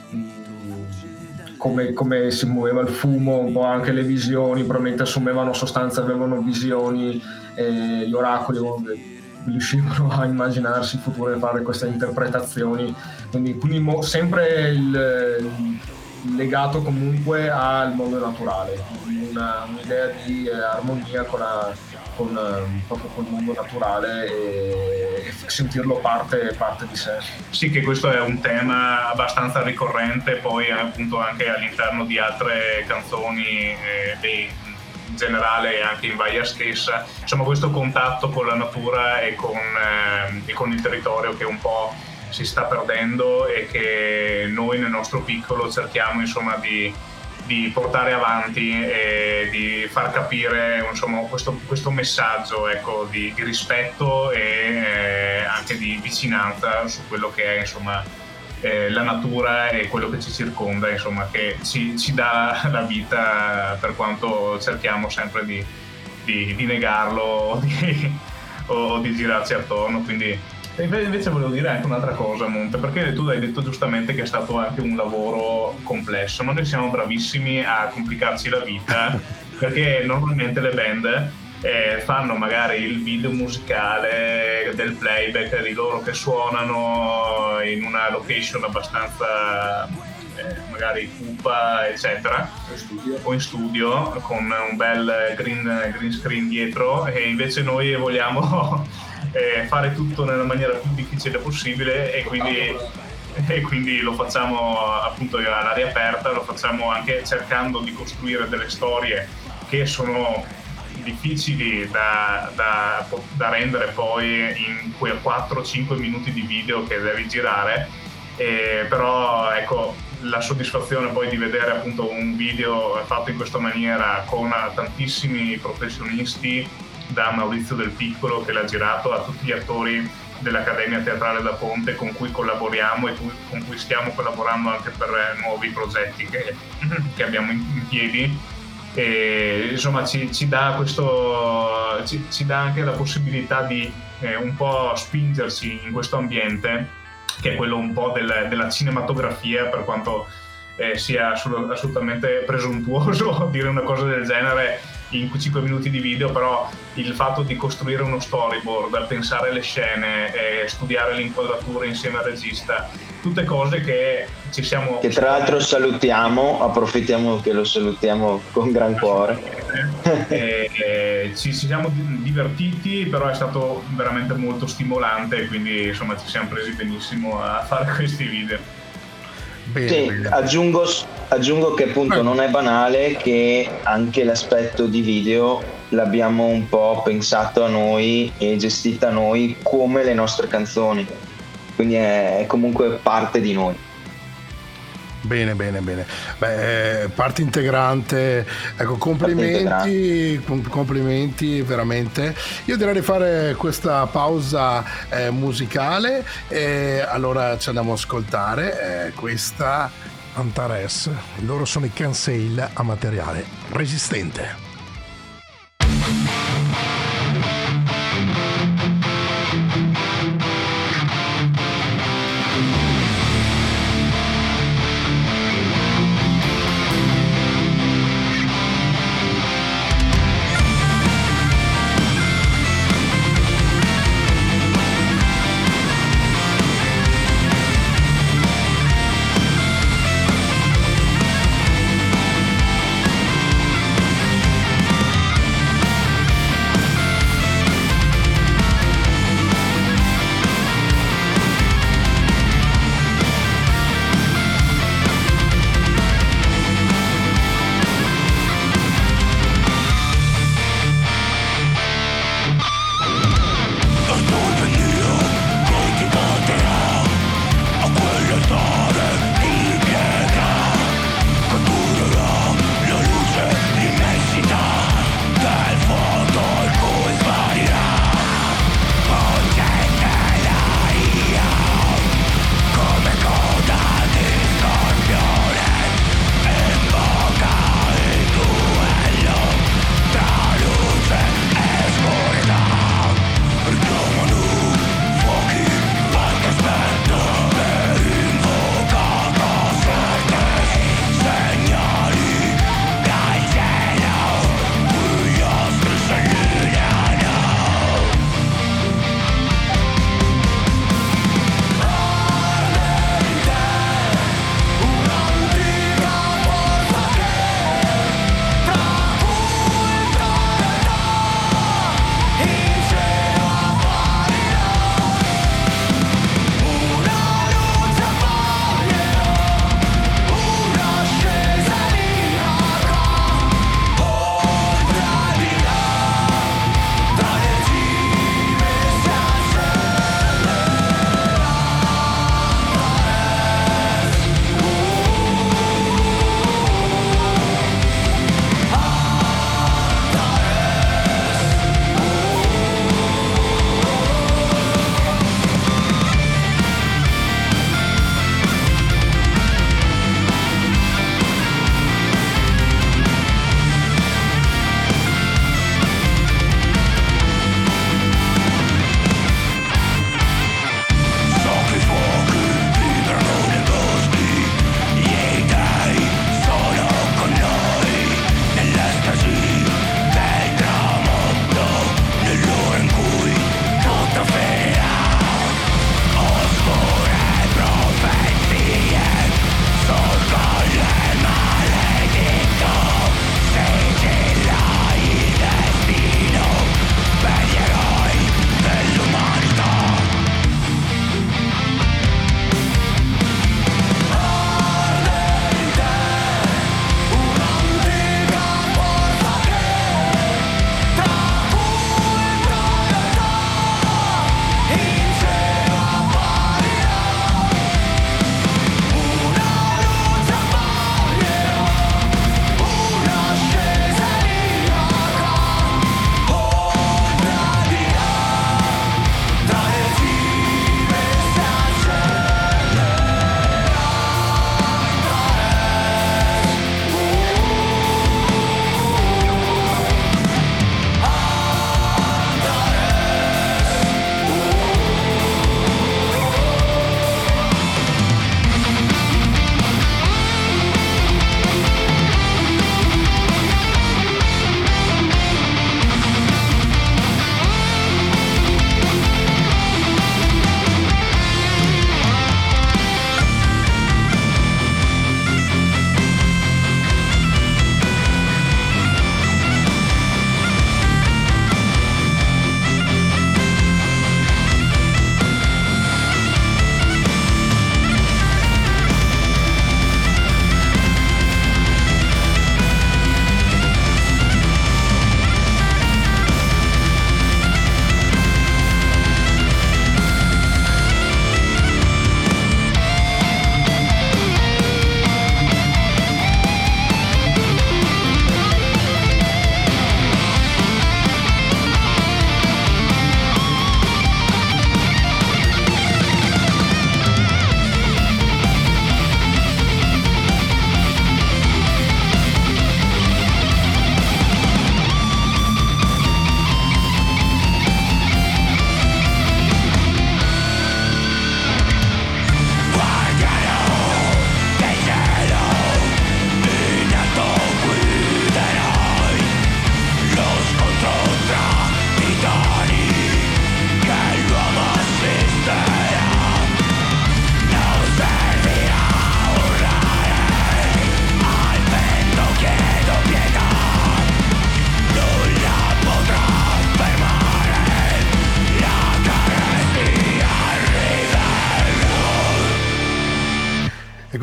come, come si muoveva il fumo, un po' anche le visioni, probabilmente assumevano sostanza, avevano visioni, eh, gli oracoli riuscivano a immaginarsi il futuro e fare queste interpretazioni, quindi, quindi mo, sempre il, il legato comunque al mondo naturale, una, un'idea di eh, armonia con, la, con eh, proprio col mondo naturale e, e sentirlo parte, parte di sé. Sì, che questo è un tema abbastanza ricorrente poi appunto anche all'interno di altre canzoni eh, dei in generale e anche in Vaia stessa, insomma questo contatto con la natura e con, eh, e con il territorio che un po' si sta perdendo e che noi nel nostro piccolo cerchiamo insomma di, di portare avanti e di far capire insomma, questo, questo messaggio, ecco, di, di rispetto e eh, anche di vicinanza su quello che è insomma, eh, la natura e quello che ci circonda, insomma, che ci, ci dà la vita, per quanto cerchiamo sempre di, di, di negarlo o di, o di girarci attorno. Quindi invece volevo dire anche un'altra cosa, Monte, perché tu hai detto giustamente che è stato anche un lavoro complesso, ma noi siamo bravissimi a complicarci la vita, perché normalmente le band eh, fanno magari il video musicale del playback di loro che suonano in una location abbastanza eh, magari cupa, eccetera, in studio. o in studio con un bel green, green screen dietro, e invece noi vogliamo Eh, fare tutto nella maniera più difficile possibile, e quindi, e quindi lo facciamo appunto all'aria aperta, lo facciamo anche cercando di costruire delle storie che sono difficili da, da, da rendere poi in quei quattro cinque minuti di video che devi girare, eh, però ecco, la soddisfazione poi di vedere appunto un video fatto in questa maniera con tantissimi professionisti, da Maurizio Del Piccolo che l'ha girato, a tutti gli attori dell'Accademia Teatrale da Ponte con cui collaboriamo e con cui stiamo collaborando anche per nuovi progetti che, che abbiamo in, in piedi, e insomma ci, ci dà questo ci, ci dà anche la possibilità di eh, un po' spingerci in questo ambiente che è quello un po' del, della cinematografia, per quanto eh, sia assolutamente presuntuoso dire una cosa del genere in cinque minuti di video, però il fatto di costruire uno storyboard, pensare le scene, eh, studiare l'inquadratura insieme al regista, tutte cose che ci siamo... Che tra l'altro salutiamo, approfittiamo che lo salutiamo con gran cuore. e, e, ci, ci siamo divertiti, però è stato veramente molto stimolante, quindi insomma ci siamo presi benissimo a fare questi video. Bene, sì, bene. Aggiungo, aggiungo che appunto non è banale che anche l'aspetto di video l'abbiamo un po' pensato a noi e gestita a noi come le nostre canzoni, quindi è, è comunque parte di noi. Bene, bene, bene. Beh, parte integrante, ecco, complimenti, complimenti veramente. Io direi di fare questa pausa eh, musicale e allora ci andiamo a ascoltare eh, questa Antares. Loro sono i Cancel a materiale resistente. We'll be right back.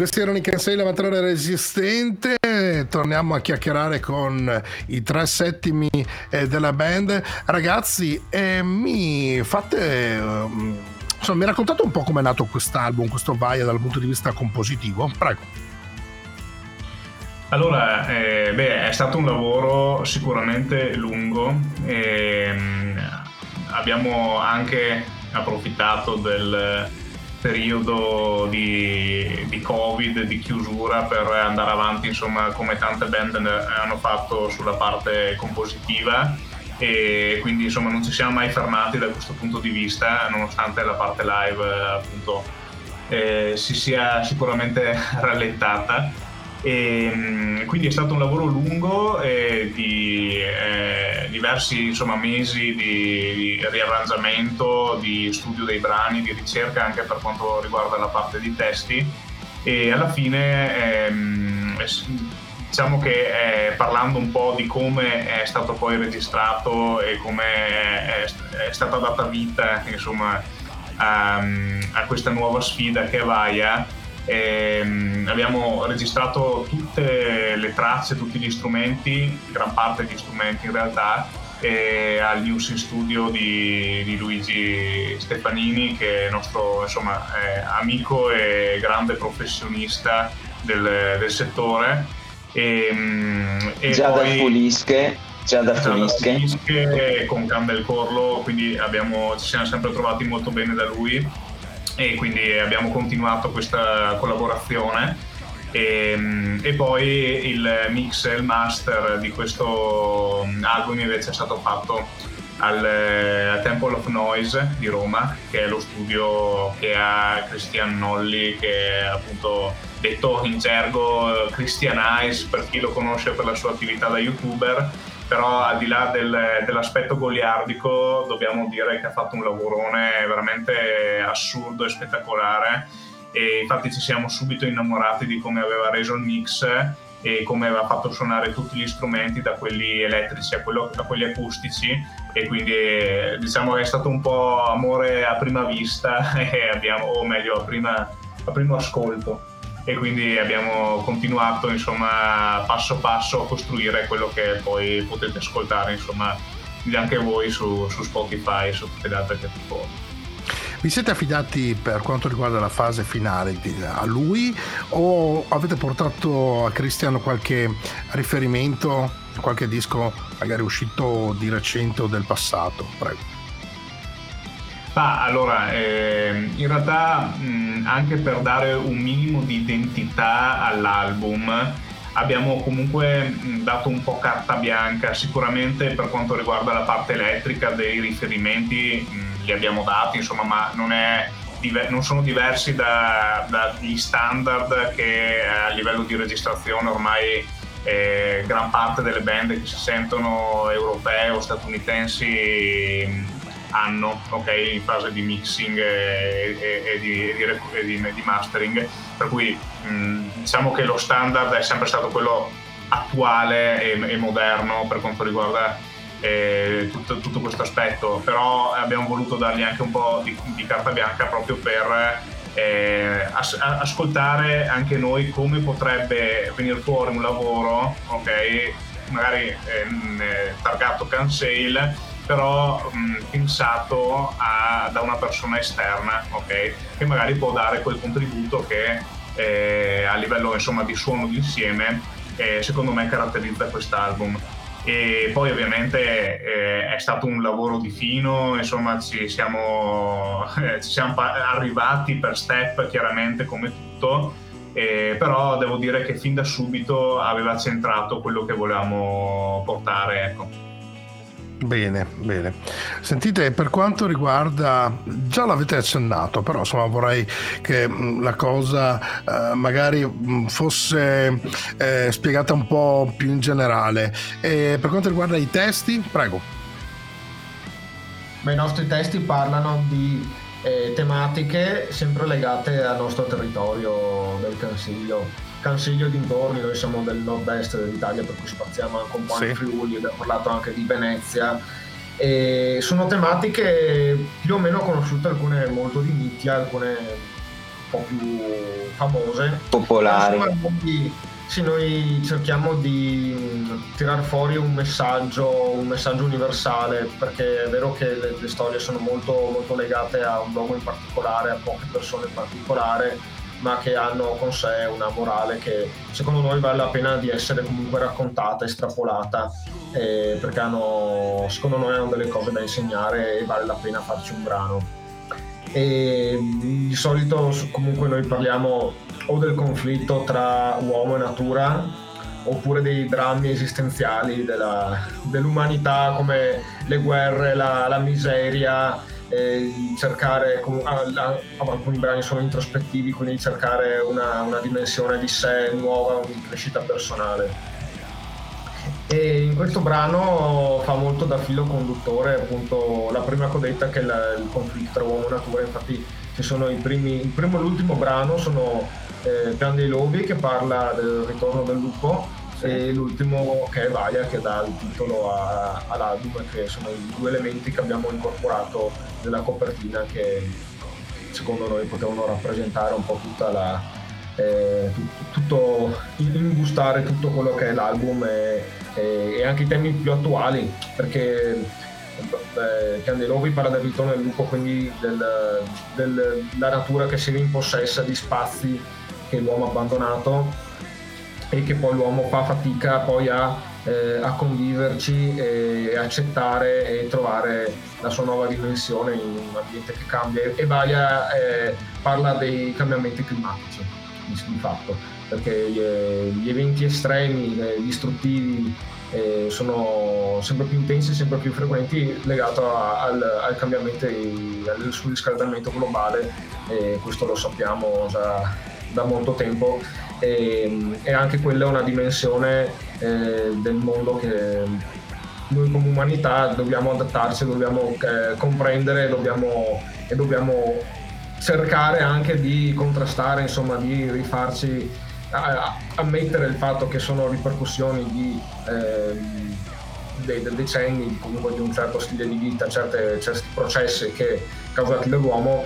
questi erano i Cancel, la materiale resistente. Torniamo a chiacchierare con i tre settimi eh, della band. Ragazzi, eh, mi fate eh, insomma, mi raccontate un po' come è nato quest'album, questo Vaia dal punto di vista compositivo? Prego. Allora, eh, beh, è stato un lavoro sicuramente lungo. E, abbiamo anche approfittato del periodo di, di Covid, di chiusura, per andare avanti, insomma, come tante band hanno fatto sulla parte compositiva, e quindi insomma non ci siamo mai fermati da questo punto di vista, nonostante la parte live appunto eh, si sia sicuramente rallentata. E quindi è stato un lavoro lungo eh, di eh, diversi insomma, mesi di, di riarrangiamento, di studio dei brani, di ricerca anche per quanto riguarda la parte di testi, e alla fine ehm, diciamo che eh, parlando un po' di come è stato poi registrato e come è, è stata data vita insomma a, a questa nuova sfida che è Vaia. E, um, abbiamo registrato tutte le tracce, tutti gli strumenti, gran parte degli strumenti in realtà, e al News in Studio di, di Luigi Stefanini, che è nostro insomma, è amico e grande professionista del, del settore. E, um, e già poi, da Fulische, già da Fulische, Fulische con Campbell Corlo, quindi abbiamo, ci siamo sempre trovati molto bene da lui. E quindi abbiamo continuato questa collaborazione e, e poi il mix e il master di questo album invece è stato fatto al, al Temple of Noise di Roma, che è lo studio che ha Christian Nolli, che è appunto detto in gergo Christian Eyes per chi lo conosce per la sua attività da youtuber. Però al di là del, dell'aspetto goliardico dobbiamo dire che ha fatto un lavorone veramente assurdo e spettacolare, e infatti ci siamo subito innamorati di come aveva reso il mix e come aveva fatto suonare tutti gli strumenti, da quelli elettrici a, quello, a quelli acustici, e quindi diciamo che è stato un po' amore a prima vista e abbiamo, o meglio a, prima, a primo ascolto. E quindi abbiamo continuato insomma passo passo a costruire quello che poi potete ascoltare insomma anche voi su, su Spotify e su tutte le altre piattaforme. Vi siete affidati per quanto riguarda la fase finale di, a lui, o avete portato a Christian qualche riferimento, qualche disco magari uscito di recente o del passato? Prego. Ah, allora, eh, in realtà mh, anche per dare un minimo di identità all'album abbiamo comunque mh, dato un po' carta bianca. Sicuramente per quanto riguarda la parte elettrica dei riferimenti mh, li abbiamo dati, insomma, ma non, è, non sono diversi da, dagli standard che a livello di registrazione ormai eh, gran parte delle band che si sentono europee o statunitensi hanno, ok, in fase di mixing e, e, e, di, e, di, e di mastering, per cui mh, diciamo che lo standard è sempre stato quello attuale e, e moderno per quanto riguarda eh, tutto, tutto questo aspetto, però abbiamo voluto dargli anche un po' di, di carta bianca proprio per eh, as, ascoltare anche noi come potrebbe venire fuori un lavoro, ok, magari eh, targato Cancel, però mh, pensato a, da una persona esterna, ok, che magari può dare quel contributo che eh, a livello insomma di suono d'insieme eh, secondo me caratterizza quest'album. E poi ovviamente eh, è stato un lavoro di fino, insomma ci siamo, eh, ci siamo arrivati per step, chiaramente come tutto, eh, però devo dire che fin da subito aveva centrato quello che volevamo portare, ecco. Bene, bene. Sentite, per quanto riguarda, già l'avete accennato, però insomma vorrei che mh, la cosa eh, magari mh, fosse eh, spiegata un po' più in generale. E per quanto riguarda i testi, prego. Beh, i nostri testi parlano di eh, tematiche sempre legate al nostro territorio del Consiglio. Consiglio dintorni, noi siamo del nord-est dell'Italia, per cui spaziamo anche un po' sì. in Friuli, abbiamo parlato anche di Venezia, e sono tematiche più o meno conosciute, alcune molto di nicchia, alcune po' più famose, popolari. Insomma, noi, sì, noi cerchiamo di tirar fuori un messaggio, un messaggio universale, perché è vero che le, le storie sono molto, molto legate a un luogo in particolare, a poche persone in particolare, ma che hanno con sé una morale che secondo noi vale la pena di essere comunque raccontata, estrapolata, eh, perché hanno, secondo noi hanno delle cose da insegnare e vale la pena farci un brano. E di solito comunque noi parliamo o del conflitto tra uomo e natura, oppure dei drammi esistenziali della, dell'umanità, come le guerre, la, la miseria, e cercare, alcuni brani sono introspettivi, quindi cercare una, una dimensione di sé nuova, una crescita personale. E in questo brano fa molto da filo conduttore appunto la prima codetta, che è la, il conflitto tra uomo e natura. Infatti ci sono i primi, il primo e l'ultimo brano sono eh, Pian dei Lobi, che parla del ritorno del lupo, e l'ultimo che è Vaia, che dà il titolo a, all'album, che sono i due elementi che abbiamo incorporato nella copertina, che secondo noi potevano rappresentare un po' tutta la eh, tutto, imbustare tutto quello che è l'album e, e, e anche i temi più attuali, perché eh, Pian dei Lobi parla del ritorno del lupo, quindi del, del, della natura che si rimpossessa di spazi che l'uomo ha abbandonato e che poi l'uomo fa fatica poi a, eh, a conviverci e accettare e trovare la sua nuova dimensione in un ambiente che cambia. E Vaia eh, parla dei cambiamenti climatici, di fatto, perché gli, gli eventi estremi, eh, distruttivi, eh, sono sempre più intensi, sempre più frequenti, legati al, al cambiamento, al surriscaldamento globale, e questo lo sappiamo già da molto tempo. E, e anche quella è una dimensione eh, del mondo che noi come umanità dobbiamo adattarci, dobbiamo eh, comprendere, dobbiamo, e dobbiamo cercare anche di contrastare, insomma, di rifarci, a, a, ammettere il fatto che sono ripercussioni di eh, dei, dei decenni, comunque di un certo stile di vita, certe, certi processi che causati dall'uomo,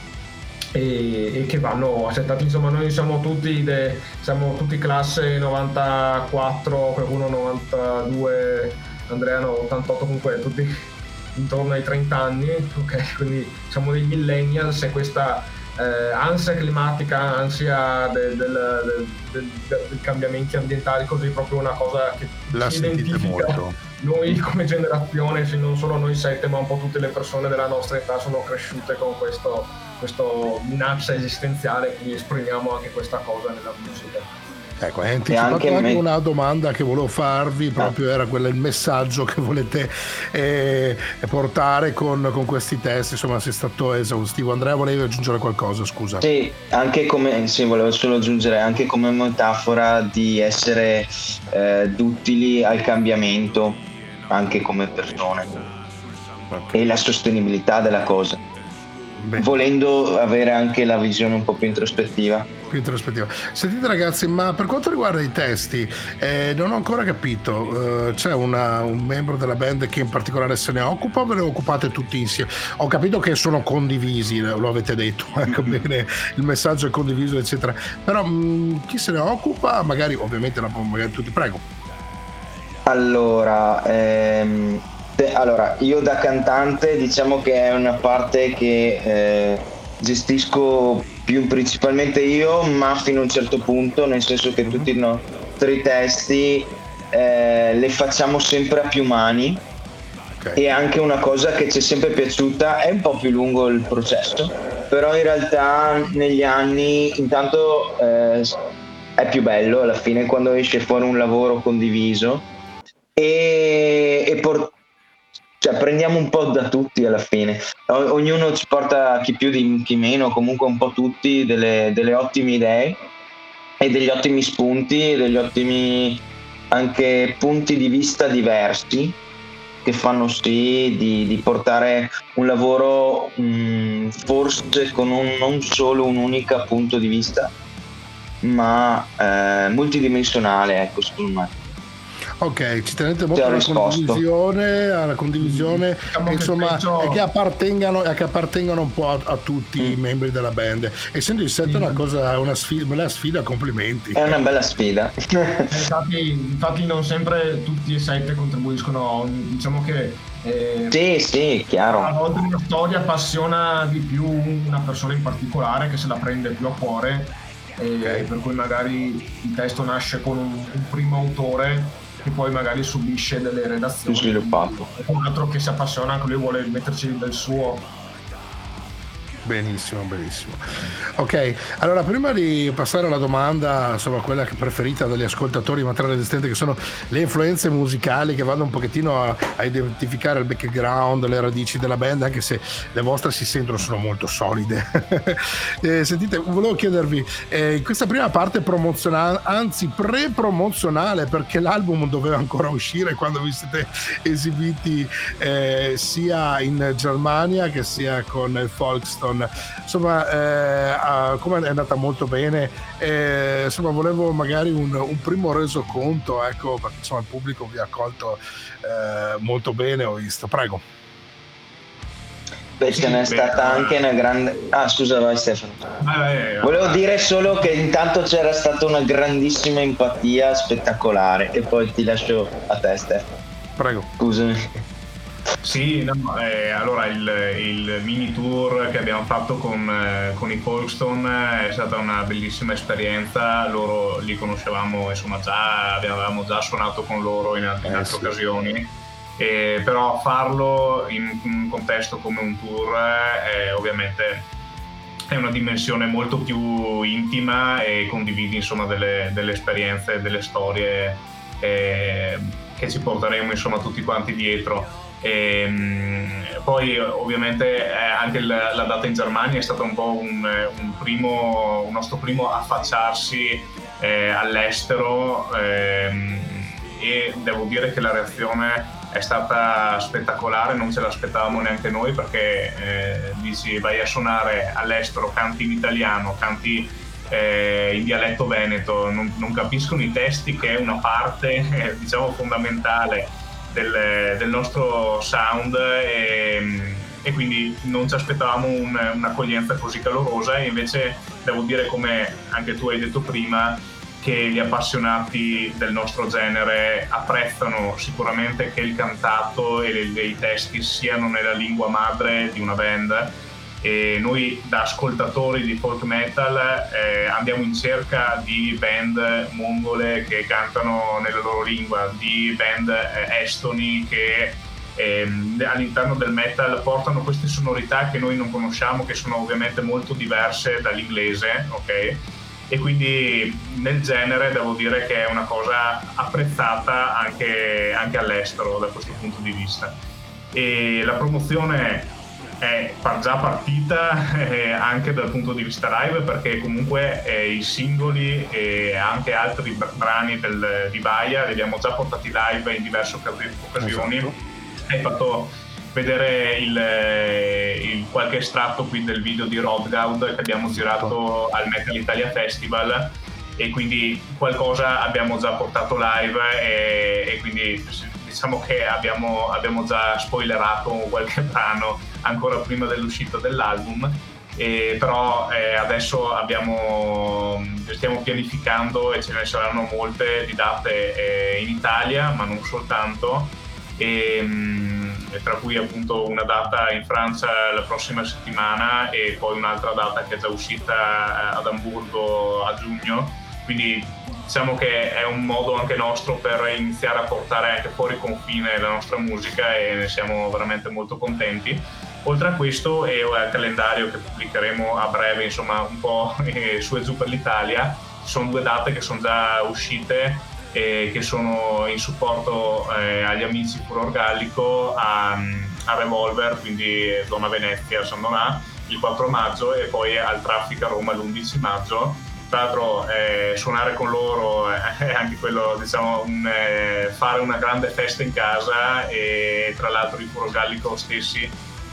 E, e che vanno accettati. Insomma, noi siamo tutti de, siamo tutti classe novantaquattro, qualcuno novantadue, Andrea ottantotto, comunque tutti intorno ai trenta anni, ok? Quindi siamo dei millennials, e questa eh, ansia climatica, ansia del, del, del, del, dei cambiamenti ambientali, così, proprio una cosa che la ci sentite identifica molto. Noi come generazione, non solo noi sette, ma un po' tutte le persone della nostra età sono cresciute con questo, questo minaccia esistenziale, quindi esprimiamo anche questa cosa nella musica. Ecco, hai anticipato anche, anche una domanda che volevo farvi, proprio era quella, il messaggio che volete eh, portare con, con questi testi. Insomma, sei stato esaustivo. Andrea, volevi aggiungere qualcosa, scusa? Sì, anche come, sì, volevo solo aggiungere anche come metafora di essere eh, duttili al cambiamento, anche come persone, okay, e la sostenibilità della cosa. Beh, volendo avere anche la visione un po' più introspettiva. Più introspettiva. Sentite ragazzi, ma per quanto riguarda i testi, eh, non ho ancora capito, eh, c'è una, un membro della band che in particolare se ne occupa, o ve ne occupate tutti insieme? Ho capito che sono condivisi, lo avete detto, ecco, bene, il messaggio è condiviso eccetera, però mh, chi se ne occupa? Magari, ovviamente, magari tutti, prego. Allora, ehm... Allora, io da cantante diciamo che è una parte che eh, gestisco più principalmente io, ma fino a un certo punto, nel senso che tutti i nostri testi eh, le facciamo sempre a più mani, okay, e anche una cosa che ci è sempre piaciuta, è un po' più lungo il processo, però in realtà negli anni intanto eh, è più bello alla fine quando esce fuori un lavoro condiviso, e, e por- cioè prendiamo un po' da tutti alla fine, o- ognuno ci porta, chi più di chi meno, comunque un po' tutti delle, delle ottime idee e degli ottimi spunti e degli ottimi anche punti di vista diversi, che fanno sì di, di portare un lavoro mh, forse con un, non solo un unico punto di vista, ma eh, multidimensionale, ecco, secondo me. Ok, ci tenete molto alla condivisione, alla condivisione Diciamo che, che insomma, penso- e che appartengano, e che appartengano un po' a, a tutti Mm. i membri della band. Essendo il set una cosa, una sfida, bella sfida, complimenti. È una bella sfida. Infatti, infatti non sempre tutti e sette contribuiscono, diciamo che eh, Sì, sì, chiaro. a volte una storia appassiona di più una persona in particolare che se la prende più a cuore, e per cui magari il testo nasce con un, un primo autore che poi magari subisce delle redazioni Più sviluppato. e un altro che si appassiona, anche lui vuole metterci del suo. Benissimo, benissimo. Ok, allora prima di passare alla domanda, insomma quella che preferita dagli ascoltatori materiale resistente, che sono le influenze musicali che vanno un pochettino a, a identificare il background, le radici della band, anche se le vostre si sentono, sono molto solide. eh, sentite, volevo chiedervi, eh, in questa prima parte promozionale, anzi pre-promozionale, perché l'album doveva ancora uscire quando vi siete esibiti eh, sia in Germania che sia con il Folkestone. Insomma, eh, come è andata molto bene, eh, insomma volevo magari un, un primo resoconto, ecco, perché insomma il pubblico vi ha accolto eh, molto bene, ho visto. Prego. Beh, ce n'è stata anche una grande... Ah, scusa, vai Stefano. Eh, eh, Volevo dire solo che intanto c'era stata una grandissima empatia spettacolare, e poi ti lascio a te, Stefano. Prego. Scusami. Sì, no, eh, allora il, il mini tour che abbiamo fatto con, eh, con i Folkestone è stata una bellissima esperienza. Loro li conoscevamo, insomma, già avevamo già suonato con loro in, in altre sì. occasioni, eh, però farlo in un contesto come un tour eh, ovviamente è una dimensione molto più intima e condividi, insomma, delle, delle esperienze, delle storie eh, che ci porteremo, insomma, tutti quanti dietro. E, mh, poi ovviamente eh, anche la, la data in Germania è stata un po' un, un, primo, un nostro primo affacciarsi eh, all'estero, ehm, e devo dire che la reazione è stata spettacolare, non ce l'aspettavamo neanche noi, perché eh, dici vai a suonare all'estero, canti in italiano, canti eh, in dialetto veneto, non, non capiscono i testi, che è una parte eh, diciamo fondamentale Del, del nostro sound, e, e quindi non ci aspettavamo un, un'accoglienza così calorosa. E invece devo dire, come anche tu hai detto prima, che gli appassionati del nostro genere apprezzano sicuramente che il cantato e le, i testi siano nella lingua madre di una band, e noi da ascoltatori di folk metal eh, andiamo in cerca di band mongole che cantano nella loro lingua, di band eh, estoni che eh, all'interno del metal portano queste sonorità che noi non conosciamo, che sono ovviamente molto diverse dall'inglese, ok? E quindi nel genere devo dire che è una cosa apprezzata anche, anche all'estero da questo punto di vista. E la promozione è già partita eh, anche dal punto di vista live, perché comunque eh, i singoli e anche altri brani del, di Baia li abbiamo già portati live in diverse occasioni. Esatto. Hai fatto vedere il, il qualche estratto qui del video di Rodgaud che abbiamo girato al Metal Italia Festival, e quindi qualcosa abbiamo già portato live, e, e quindi diciamo che abbiamo, abbiamo già spoilerato qualche brano ancora prima dell'uscita dell'album, e però eh, adesso abbiamo, stiamo pianificando, e ce ne saranno molte di date eh, in Italia, ma non soltanto, e, mh, tra cui appunto una data in Francia la prossima settimana, e poi un'altra data che è già uscita ad Amburgo a giugno. Quindi diciamo che è un modo anche nostro per iniziare a portare anche fuori confine la nostra musica, e ne siamo veramente molto contenti. Oltre a questo, e al calendario che pubblicheremo a breve, insomma un po' su e giù per l'Italia, ci sono due date che sono già uscite e che sono in supporto eh, agli amici Furor Gallico, a, a Revolver, quindi zona Venezia, San Donà, il quattro maggio, e poi al Traffic a Roma l'undici maggio. Tra l'altro eh, suonare con loro è anche quello, diciamo, un, eh, fare una grande festa in casa, e tra l'altro i Furor Gallico stessi,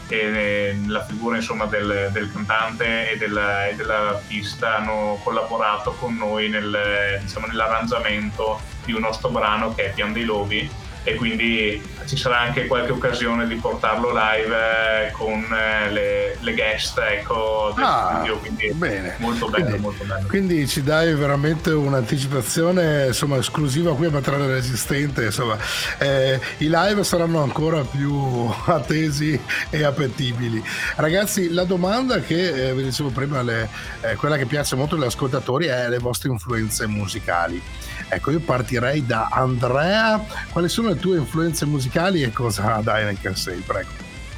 e la figura, insomma, del, del cantante e, della, e dell'artista hanno collaborato con noi nel, diciamo, nell'arrangiamento di un nostro brano che è Pian dei Lobi, e quindi ci sarà anche qualche occasione di portarlo live eh, con eh, le, le guest, ecco, del Ah, studio, quindi bene. molto bello, Quindi- molto bello. Quindi ci dai veramente un'anticipazione, insomma, esclusiva qui a Materiale Resistente. Insomma, eh, i live saranno ancora più attesi e appetibili. Ragazzi, la domanda che eh, vi dicevo prima, le- eh, quella che piace molto agli ascoltatori, è le vostre influenze musicali. Ecco, io partirei da Andrea. Quali sono le tue influenze musicali e cosa dai nel cassette? Prego.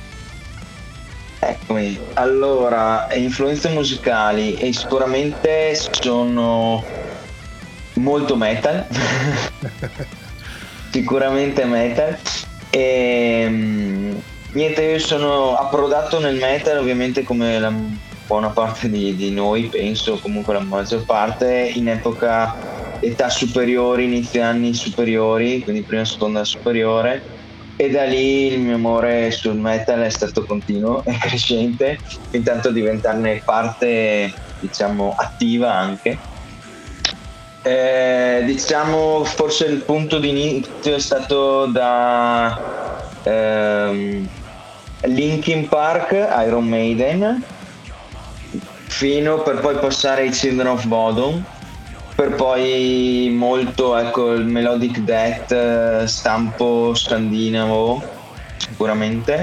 Eccomi, allora, influenze musicali e sicuramente sono molto metal, sicuramente metal, e mm, niente, io sono approdato nel metal ovviamente come la buona parte di, di noi, penso, comunque la maggior parte, in epoca età superiori, inizio anni superiori, quindi prima seconda superiore, e da lì il mio amore sul metal è stato continuo e crescente, intanto a diventarne parte, diciamo, attiva anche. Eh, diciamo forse il punto di inizio è stato da ehm, Linkin Park, Iron Maiden, fino per poi passare ai Children of Bodom, per poi molto, ecco, il melodic death, eh, stampo scandinavo sicuramente,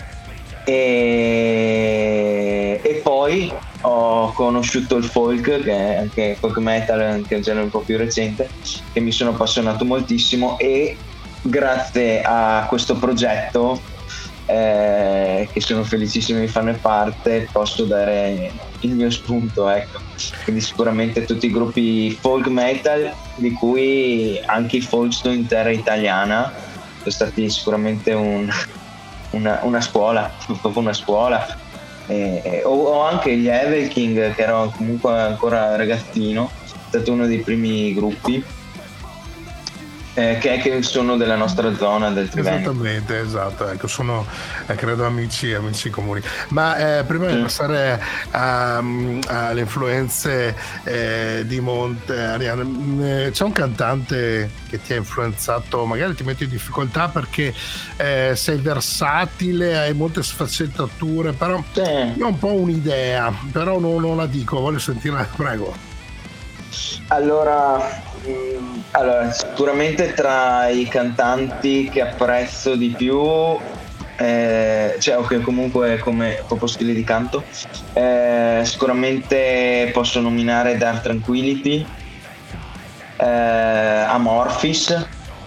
e, e poi ho conosciuto il folk, che è anche folk metal, anche un genere un po' più recente, che mi sono appassionato moltissimo, e grazie a questo progetto, eh, che sono felicissimo di farne parte, posso dare il mio spunto, ecco. Quindi sicuramente tutti i gruppi folk metal, di cui anche i Folkstone in terra italiana sono stati sicuramente un, una, una scuola, proprio una scuola. E, o, o anche gli Everking, che ero comunque ancora ragazzino, è stato uno dei primi gruppi eh, che, che sono della nostra zona del Triveneto. Esattamente, esatto, ecco, sono eh, credo amici amici comuni. Ma eh, prima di Mm. passare a- alle influenze eh, di Monte Ariano, mh, c'è un cantante che ti ha influenzato, magari ti metti in difficoltà perché eh, sei versatile, hai molte sfaccettature, però io ho un po' un'idea, però non, non la dico, voglio sentirla, prego. Allora, mm, allora, sicuramente tra i cantanti che apprezzo di più, eh, cioè o che comunque come proprio stile di canto, eh, sicuramente posso nominare Dark Tranquillity, eh, Amorphis,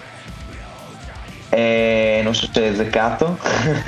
e non so se è azzeccato,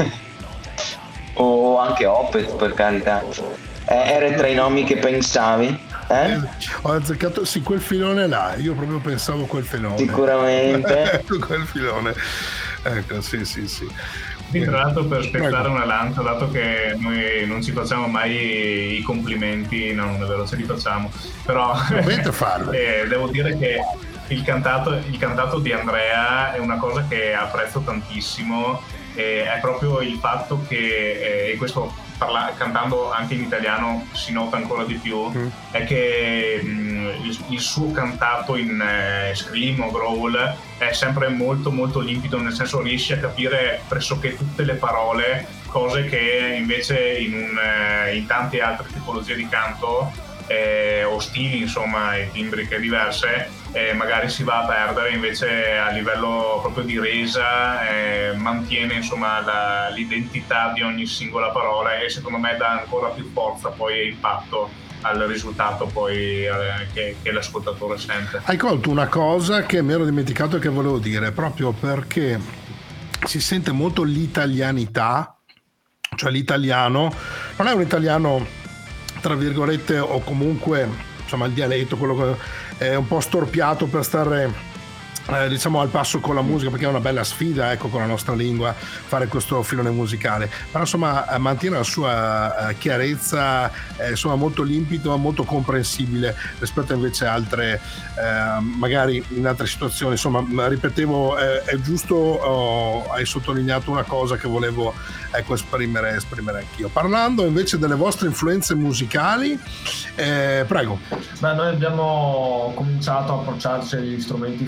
o anche Opeth, per carità. Eh, era tra i nomi che pensavi? Eh? Ho azzeccato, sì, quel filone là, io proprio pensavo quel filone. Sicuramente. Quel filone. Ecco, sì, sì, sì. Sì, tra l'altro, per spezzare Prego. una lancia, dato che noi non ci facciamo mai i complimenti, no, non è vero, ce li facciamo, però Dovete farlo. eh, devo dire che il cantato, il cantato di Andrea è una cosa che apprezzo tantissimo, e è proprio il fatto che, eh, e questo parla- cantando anche in italiano si nota ancora di più, Mm. è che mh, il, il suo cantato in eh, scream o growl è sempre molto molto limpido, nel senso riesce a capire pressoché tutte le parole, cose che invece in, un, eh, in tante altre tipologie di canto eh, o stili, insomma, e timbriche diverse, eh, magari si va a perdere. Invece a livello proprio di resa eh, mantiene, insomma, la, l'identità di ogni singola parola, e secondo me dà ancora più forza poi e impatto al risultato poi eh, che, che l'ascoltatore sente. Hai colto una cosa che mi ero dimenticato e che volevo dire, proprio perché si sente molto l'italianità, cioè l'italiano non è un italiano tra virgolette, o comunque insomma il dialetto, quello che è un po' storpiato per stare eh, diciamo al passo con la musica, perché è una bella sfida, ecco, con la nostra lingua fare questo filone musicale, però insomma eh, mantiene la sua eh, chiarezza, eh, insomma molto limpido, molto comprensibile rispetto invece a altre eh, magari in altre situazioni. Insomma, ripetevo, eh, è giusto, oh, hai sottolineato una cosa che volevo, ecco, esprimere, esprimere anch'io. Parlando invece delle vostre influenze musicali, eh, prego. Beh, noi abbiamo cominciato a approcciarci agli strumenti folk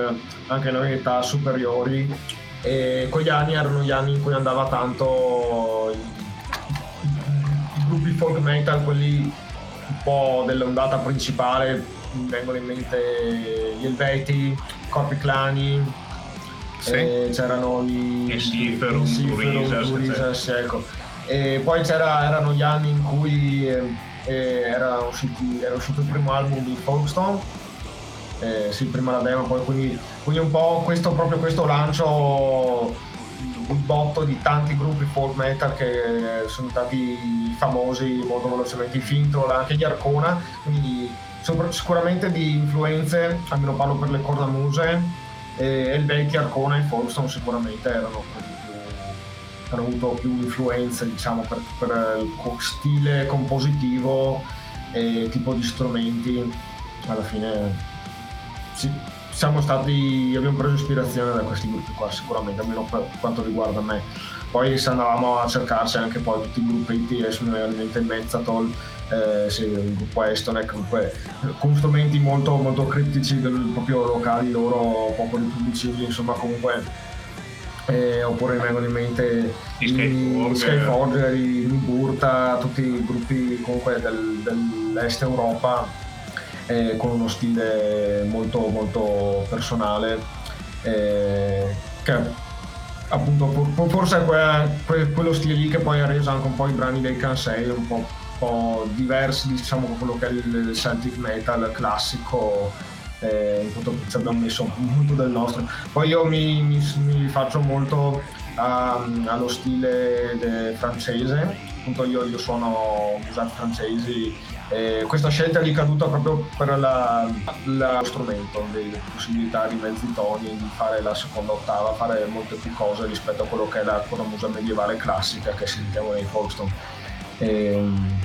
anche noi in età superiori, e quegli anni erano gli anni in cui andava tanto i, i, i gruppi folk metal, quelli un po' dell'ondata principale, mi vengono in mente gli Elveti, Corpi Clani, sì. E c'erano i Siferum, Turisas, ecco. E poi c'era, erano gli anni in cui eh, era, usciti, era uscito il primo album di Folkestone, eh, sì, prima la demo, poi quindi, quindi un po' questo, proprio questo lancio, il botto di tanti gruppi folk metal che sono stati famosi molto velocemente, i Fintroll, anche gli Arcona, quindi sopra, sicuramente di influenze, almeno parlo per le cornamuse, e il vecchio Arcona e Folkestone sicuramente erano quelli più, hanno avuto più influenze, diciamo, per, per il stile compositivo e tipo di strumenti. Alla fine sì, siamo stati, abbiamo preso ispirazione da questi gruppi qua sicuramente, almeno per quanto riguarda me. Poi se andavamo a cercarci anche poi tutti i gruppetti, adesso mi viene in mente il Mezzatol, eh, sì, il gruppo Estonek, comunque con strumenti molto, molto criptici, del, proprio locali loro, poco riproducibili, insomma, comunque, eh, oppure mi vengono in mente i Skyforger, i Niburta, tutti i gruppi comunque del, dell'est Europa, eh, con uno stile molto, molto personale, eh, che appunto forse è quello stile lì che poi ha reso anche un po' i brani dei Kansei un po', un po' diversi, diciamo, da quello che è il Celtic metal classico, eh, appunto ci abbiamo messo molto del nostro. Poi io mi, mi, mi faccio molto um, allo stile francese, appunto io, io suono usati francesi. Eh, questa scelta è ricaduta proprio per la, la, lo strumento, le possibilità di mezzi toni, di fare la seconda ottava, fare molte più cose rispetto a quello che è la cornamusa medievale classica che sentiamo nei Folkestone. E,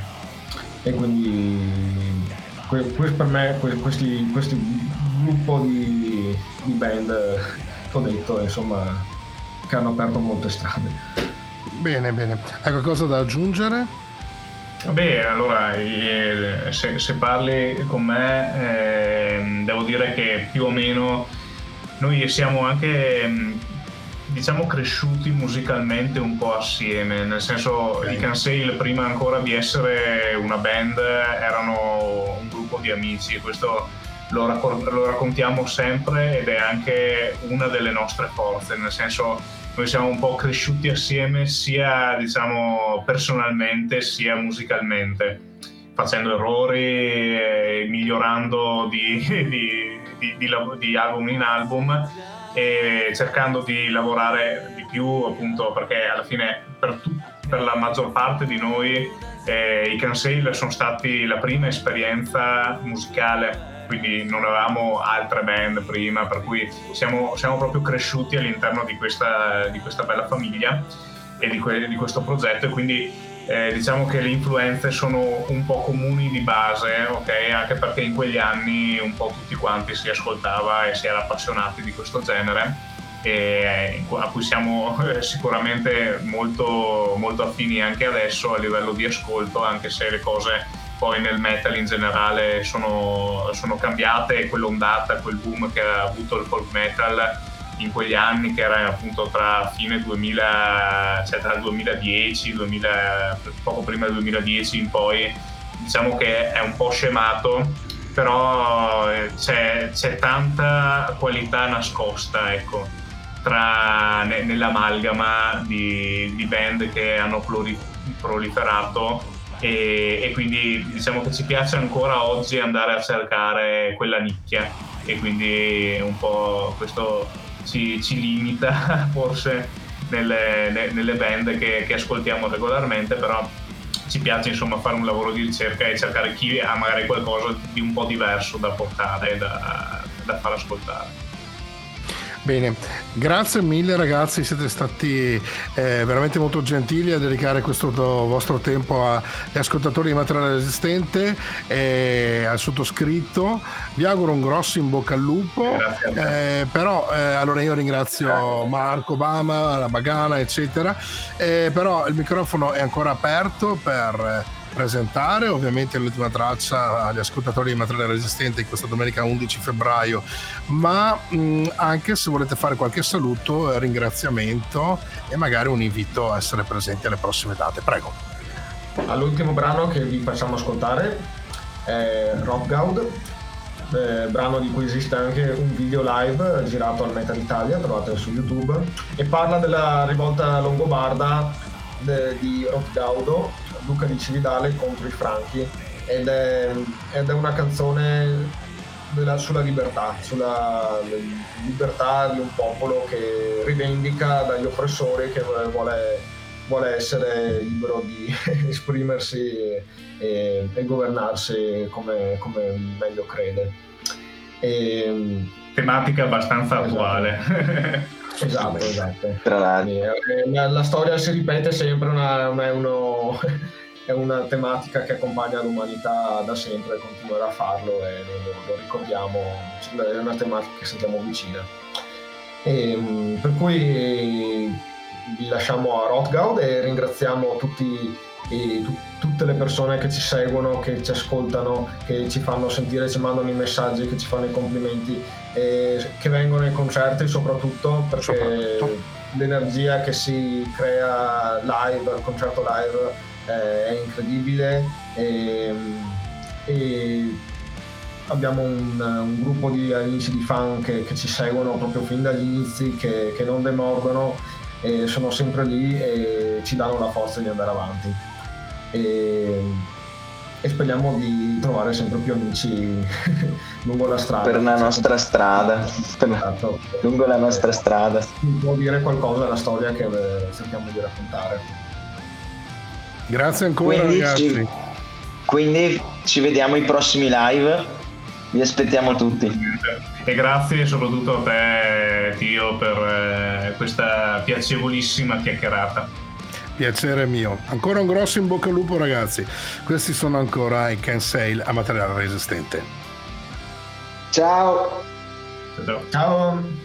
e quindi que, que, per me que, questi, questi gruppo di, di band che ho detto, insomma, che hanno aperto molte strade. Bene, bene. Hai qualcosa da aggiungere? Beh, allora, se, se parli con me, eh, devo dire che più o meno noi siamo anche, diciamo, cresciuti musicalmente un po' assieme, nel senso i Kansei prima ancora di essere una band erano un gruppo di amici, e questo lo, raccor- lo raccontiamo sempre ed è anche una delle nostre forze, nel senso noi siamo un po' cresciuti assieme sia, diciamo, personalmente sia musicalmente, facendo errori, eh, migliorando di, di, di, di, di album in album e cercando di lavorare di più, appunto, perché alla fine per, tu, per la maggior parte di noi eh, i Kansei sono stati la prima esperienza musicale, quindi non avevamo altre band prima, per cui siamo, siamo proprio cresciuti all'interno di questa, di questa bella famiglia e di, que, di questo progetto, e quindi eh, diciamo che le influenze sono un po' comuni di base, ok? Anche perché in quegli anni un po' tutti quanti si ascoltava e si era appassionati di questo genere, e a cui siamo sicuramente molto, molto affini anche adesso a livello di ascolto, anche se le cose poi nel metal in generale sono, sono cambiate, e quell'ondata, quel boom che ha avuto il folk metal in quegli anni, che era appunto tra fine duemila, cioè tra il duemiladieci, duemila, poco prima del duemiladieci in poi, diciamo che è un po' scemato, però c'è, c'è tanta qualità nascosta, ecco, tra, nell'amalgama di, di band che hanno proliferato. E, e quindi diciamo che ci piace ancora oggi andare a cercare quella nicchia, e quindi un po' questo ci, ci limita forse nelle, nelle band che, che ascoltiamo regolarmente, però ci piace, insomma, fare un lavoro di ricerca e cercare chi ha magari qualcosa di un po' diverso da portare, da, da far ascoltare. Bene, grazie mille ragazzi, siete stati eh, veramente molto gentili a dedicare questo vostro tempo agli ascoltatori di Materiale Resistente e al sottoscritto. Vi auguro un grosso in bocca al lupo, eh, però eh, allora io ringrazio Marco Obama, la Bagana eccetera, eh, però il microfono è ancora aperto per presentare, ovviamente l'ultima traccia agli ascoltatori di Materiale Resistente in questa domenica undici febbraio, ma mh, anche se volete fare qualche saluto, ringraziamento e magari un invito a essere presenti alle prossime date. Prego. All'ultimo brano che vi facciamo ascoltare è Rock Gaud, eh, brano di cui esiste anche un video live girato al Metal Italia, trovate su YouTube, e parla della rivolta longobarda de, di Rock Gaudo, duca di Cividale, contro i Franchi, ed è, ed è una canzone della, sulla libertà, sulla libertà di un popolo che rivendica dagli oppressori, che vuole vuole essere libero di esprimersi e, e governarsi come, come meglio crede. E, tematica abbastanza attuale. Esatto, esatto. Tra l'altro. La, la storia si ripete sempre, una, una, è, uno, è una tematica che accompagna l'umanità da sempre, continuerà a farlo e lo, lo ricordiamo, è una tematica che sentiamo vicina. E, per cui vi lasciamo a Rothgaud e ringraziamo tutti, e, tu, tutte le persone che ci seguono, che ci ascoltano, che ci fanno sentire, ci mandano i messaggi, che ci fanno i complimenti, e che vengono ai concerti soprattutto, perché soprattutto. L'energia che si crea live, al concerto live, eh, è incredibile e, e abbiamo un, un gruppo di amici, di fan che, che ci seguono proprio fin dagli inizi, che, che non demordono e sono sempre lì e ci danno la forza di andare avanti e, e speriamo di trovare sempre più amici lungo la strada, per la nostra strada, per esatto. Lungo la nostra strada. Mi può dire qualcosa della storia che cerchiamo di raccontare. Grazie ancora, quindi ragazzi ci, quindi ci vediamo ai prossimi live, vi aspettiamo tutti. E grazie soprattutto a te, Tio, per eh, questa piacevolissima chiacchierata. Piacere mio. Ancora un grosso in bocca al lupo, ragazzi. Questi sono ancora i Can Sail a Materiale Resistente. Ciao. Ciao. Ciao.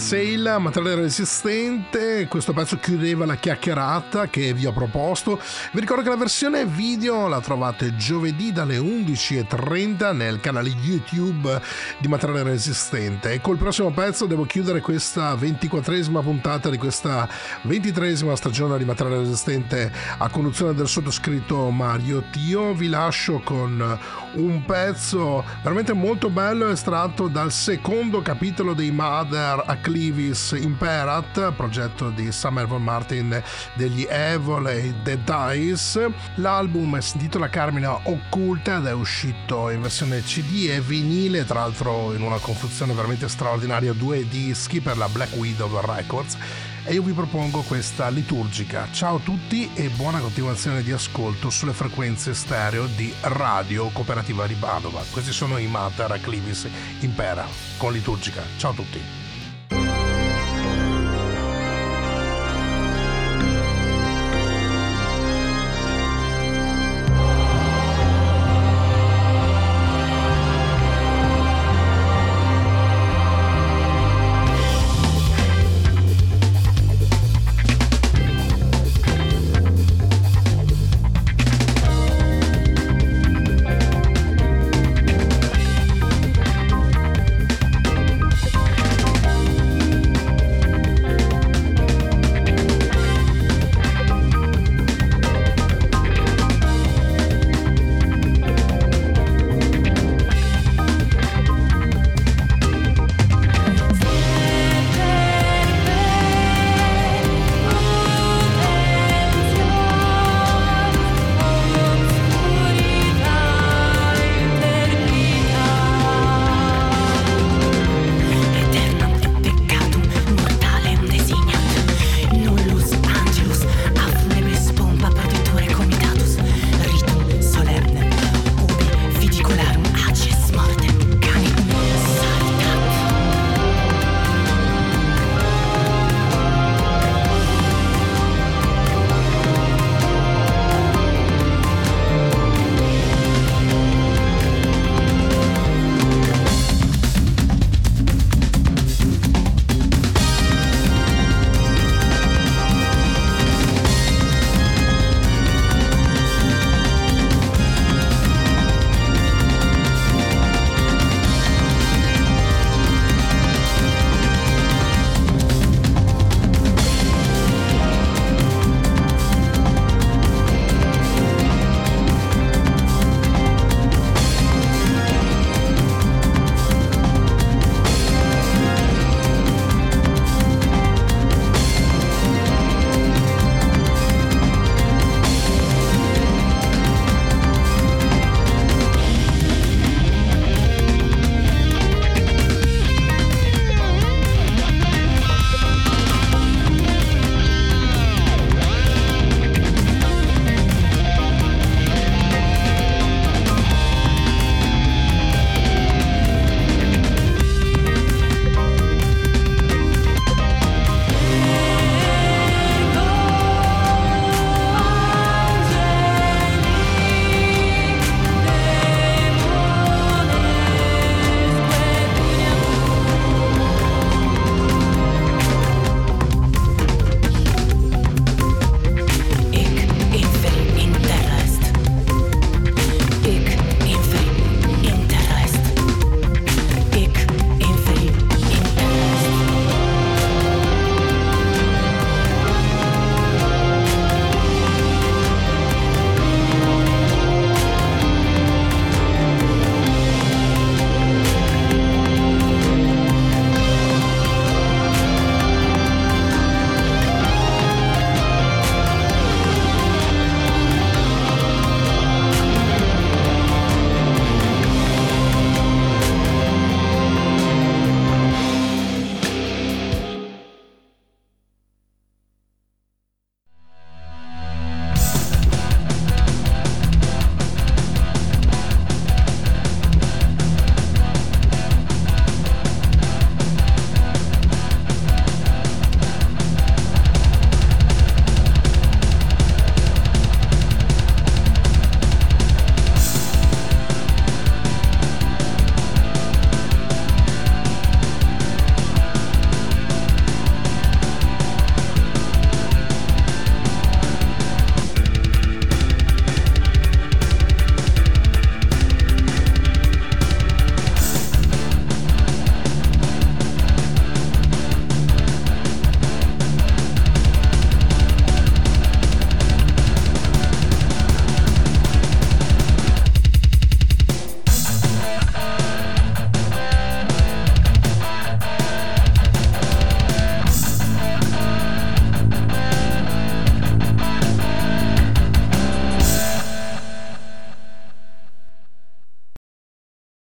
Sale, materiale resistente. Questo pezzo chiudeva la chiacchierata che vi ho proposto. Vi ricordo che la versione video la trovate giovedì dalle undici e trenta nel canale YouTube di Materiale Resistente, e col prossimo pezzo devo chiudere questa ventiquattresima puntata di questa ventitreesima stagione di Materiale Resistente a conduzione del sottoscritto Mario Tio. Vi lascio con un pezzo veramente molto bello estratto dal secondo capitolo dei Mother Acclivis Imperat, progetto di Summer Von Martin degli Evil e The Dice. L'album si intitola Carmina Occulta ed è uscito in versione C D e vinile, tra l'altro in una confezione veramente straordinaria, due dischi per la Black Widow Records. E io vi propongo questa liturgica. Ciao a tutti e buona continuazione di ascolto sulle frequenze stereo di Radio Cooperativa di Padova. Questi sono i Mater Acclivis Impera con liturgica. Ciao a tutti.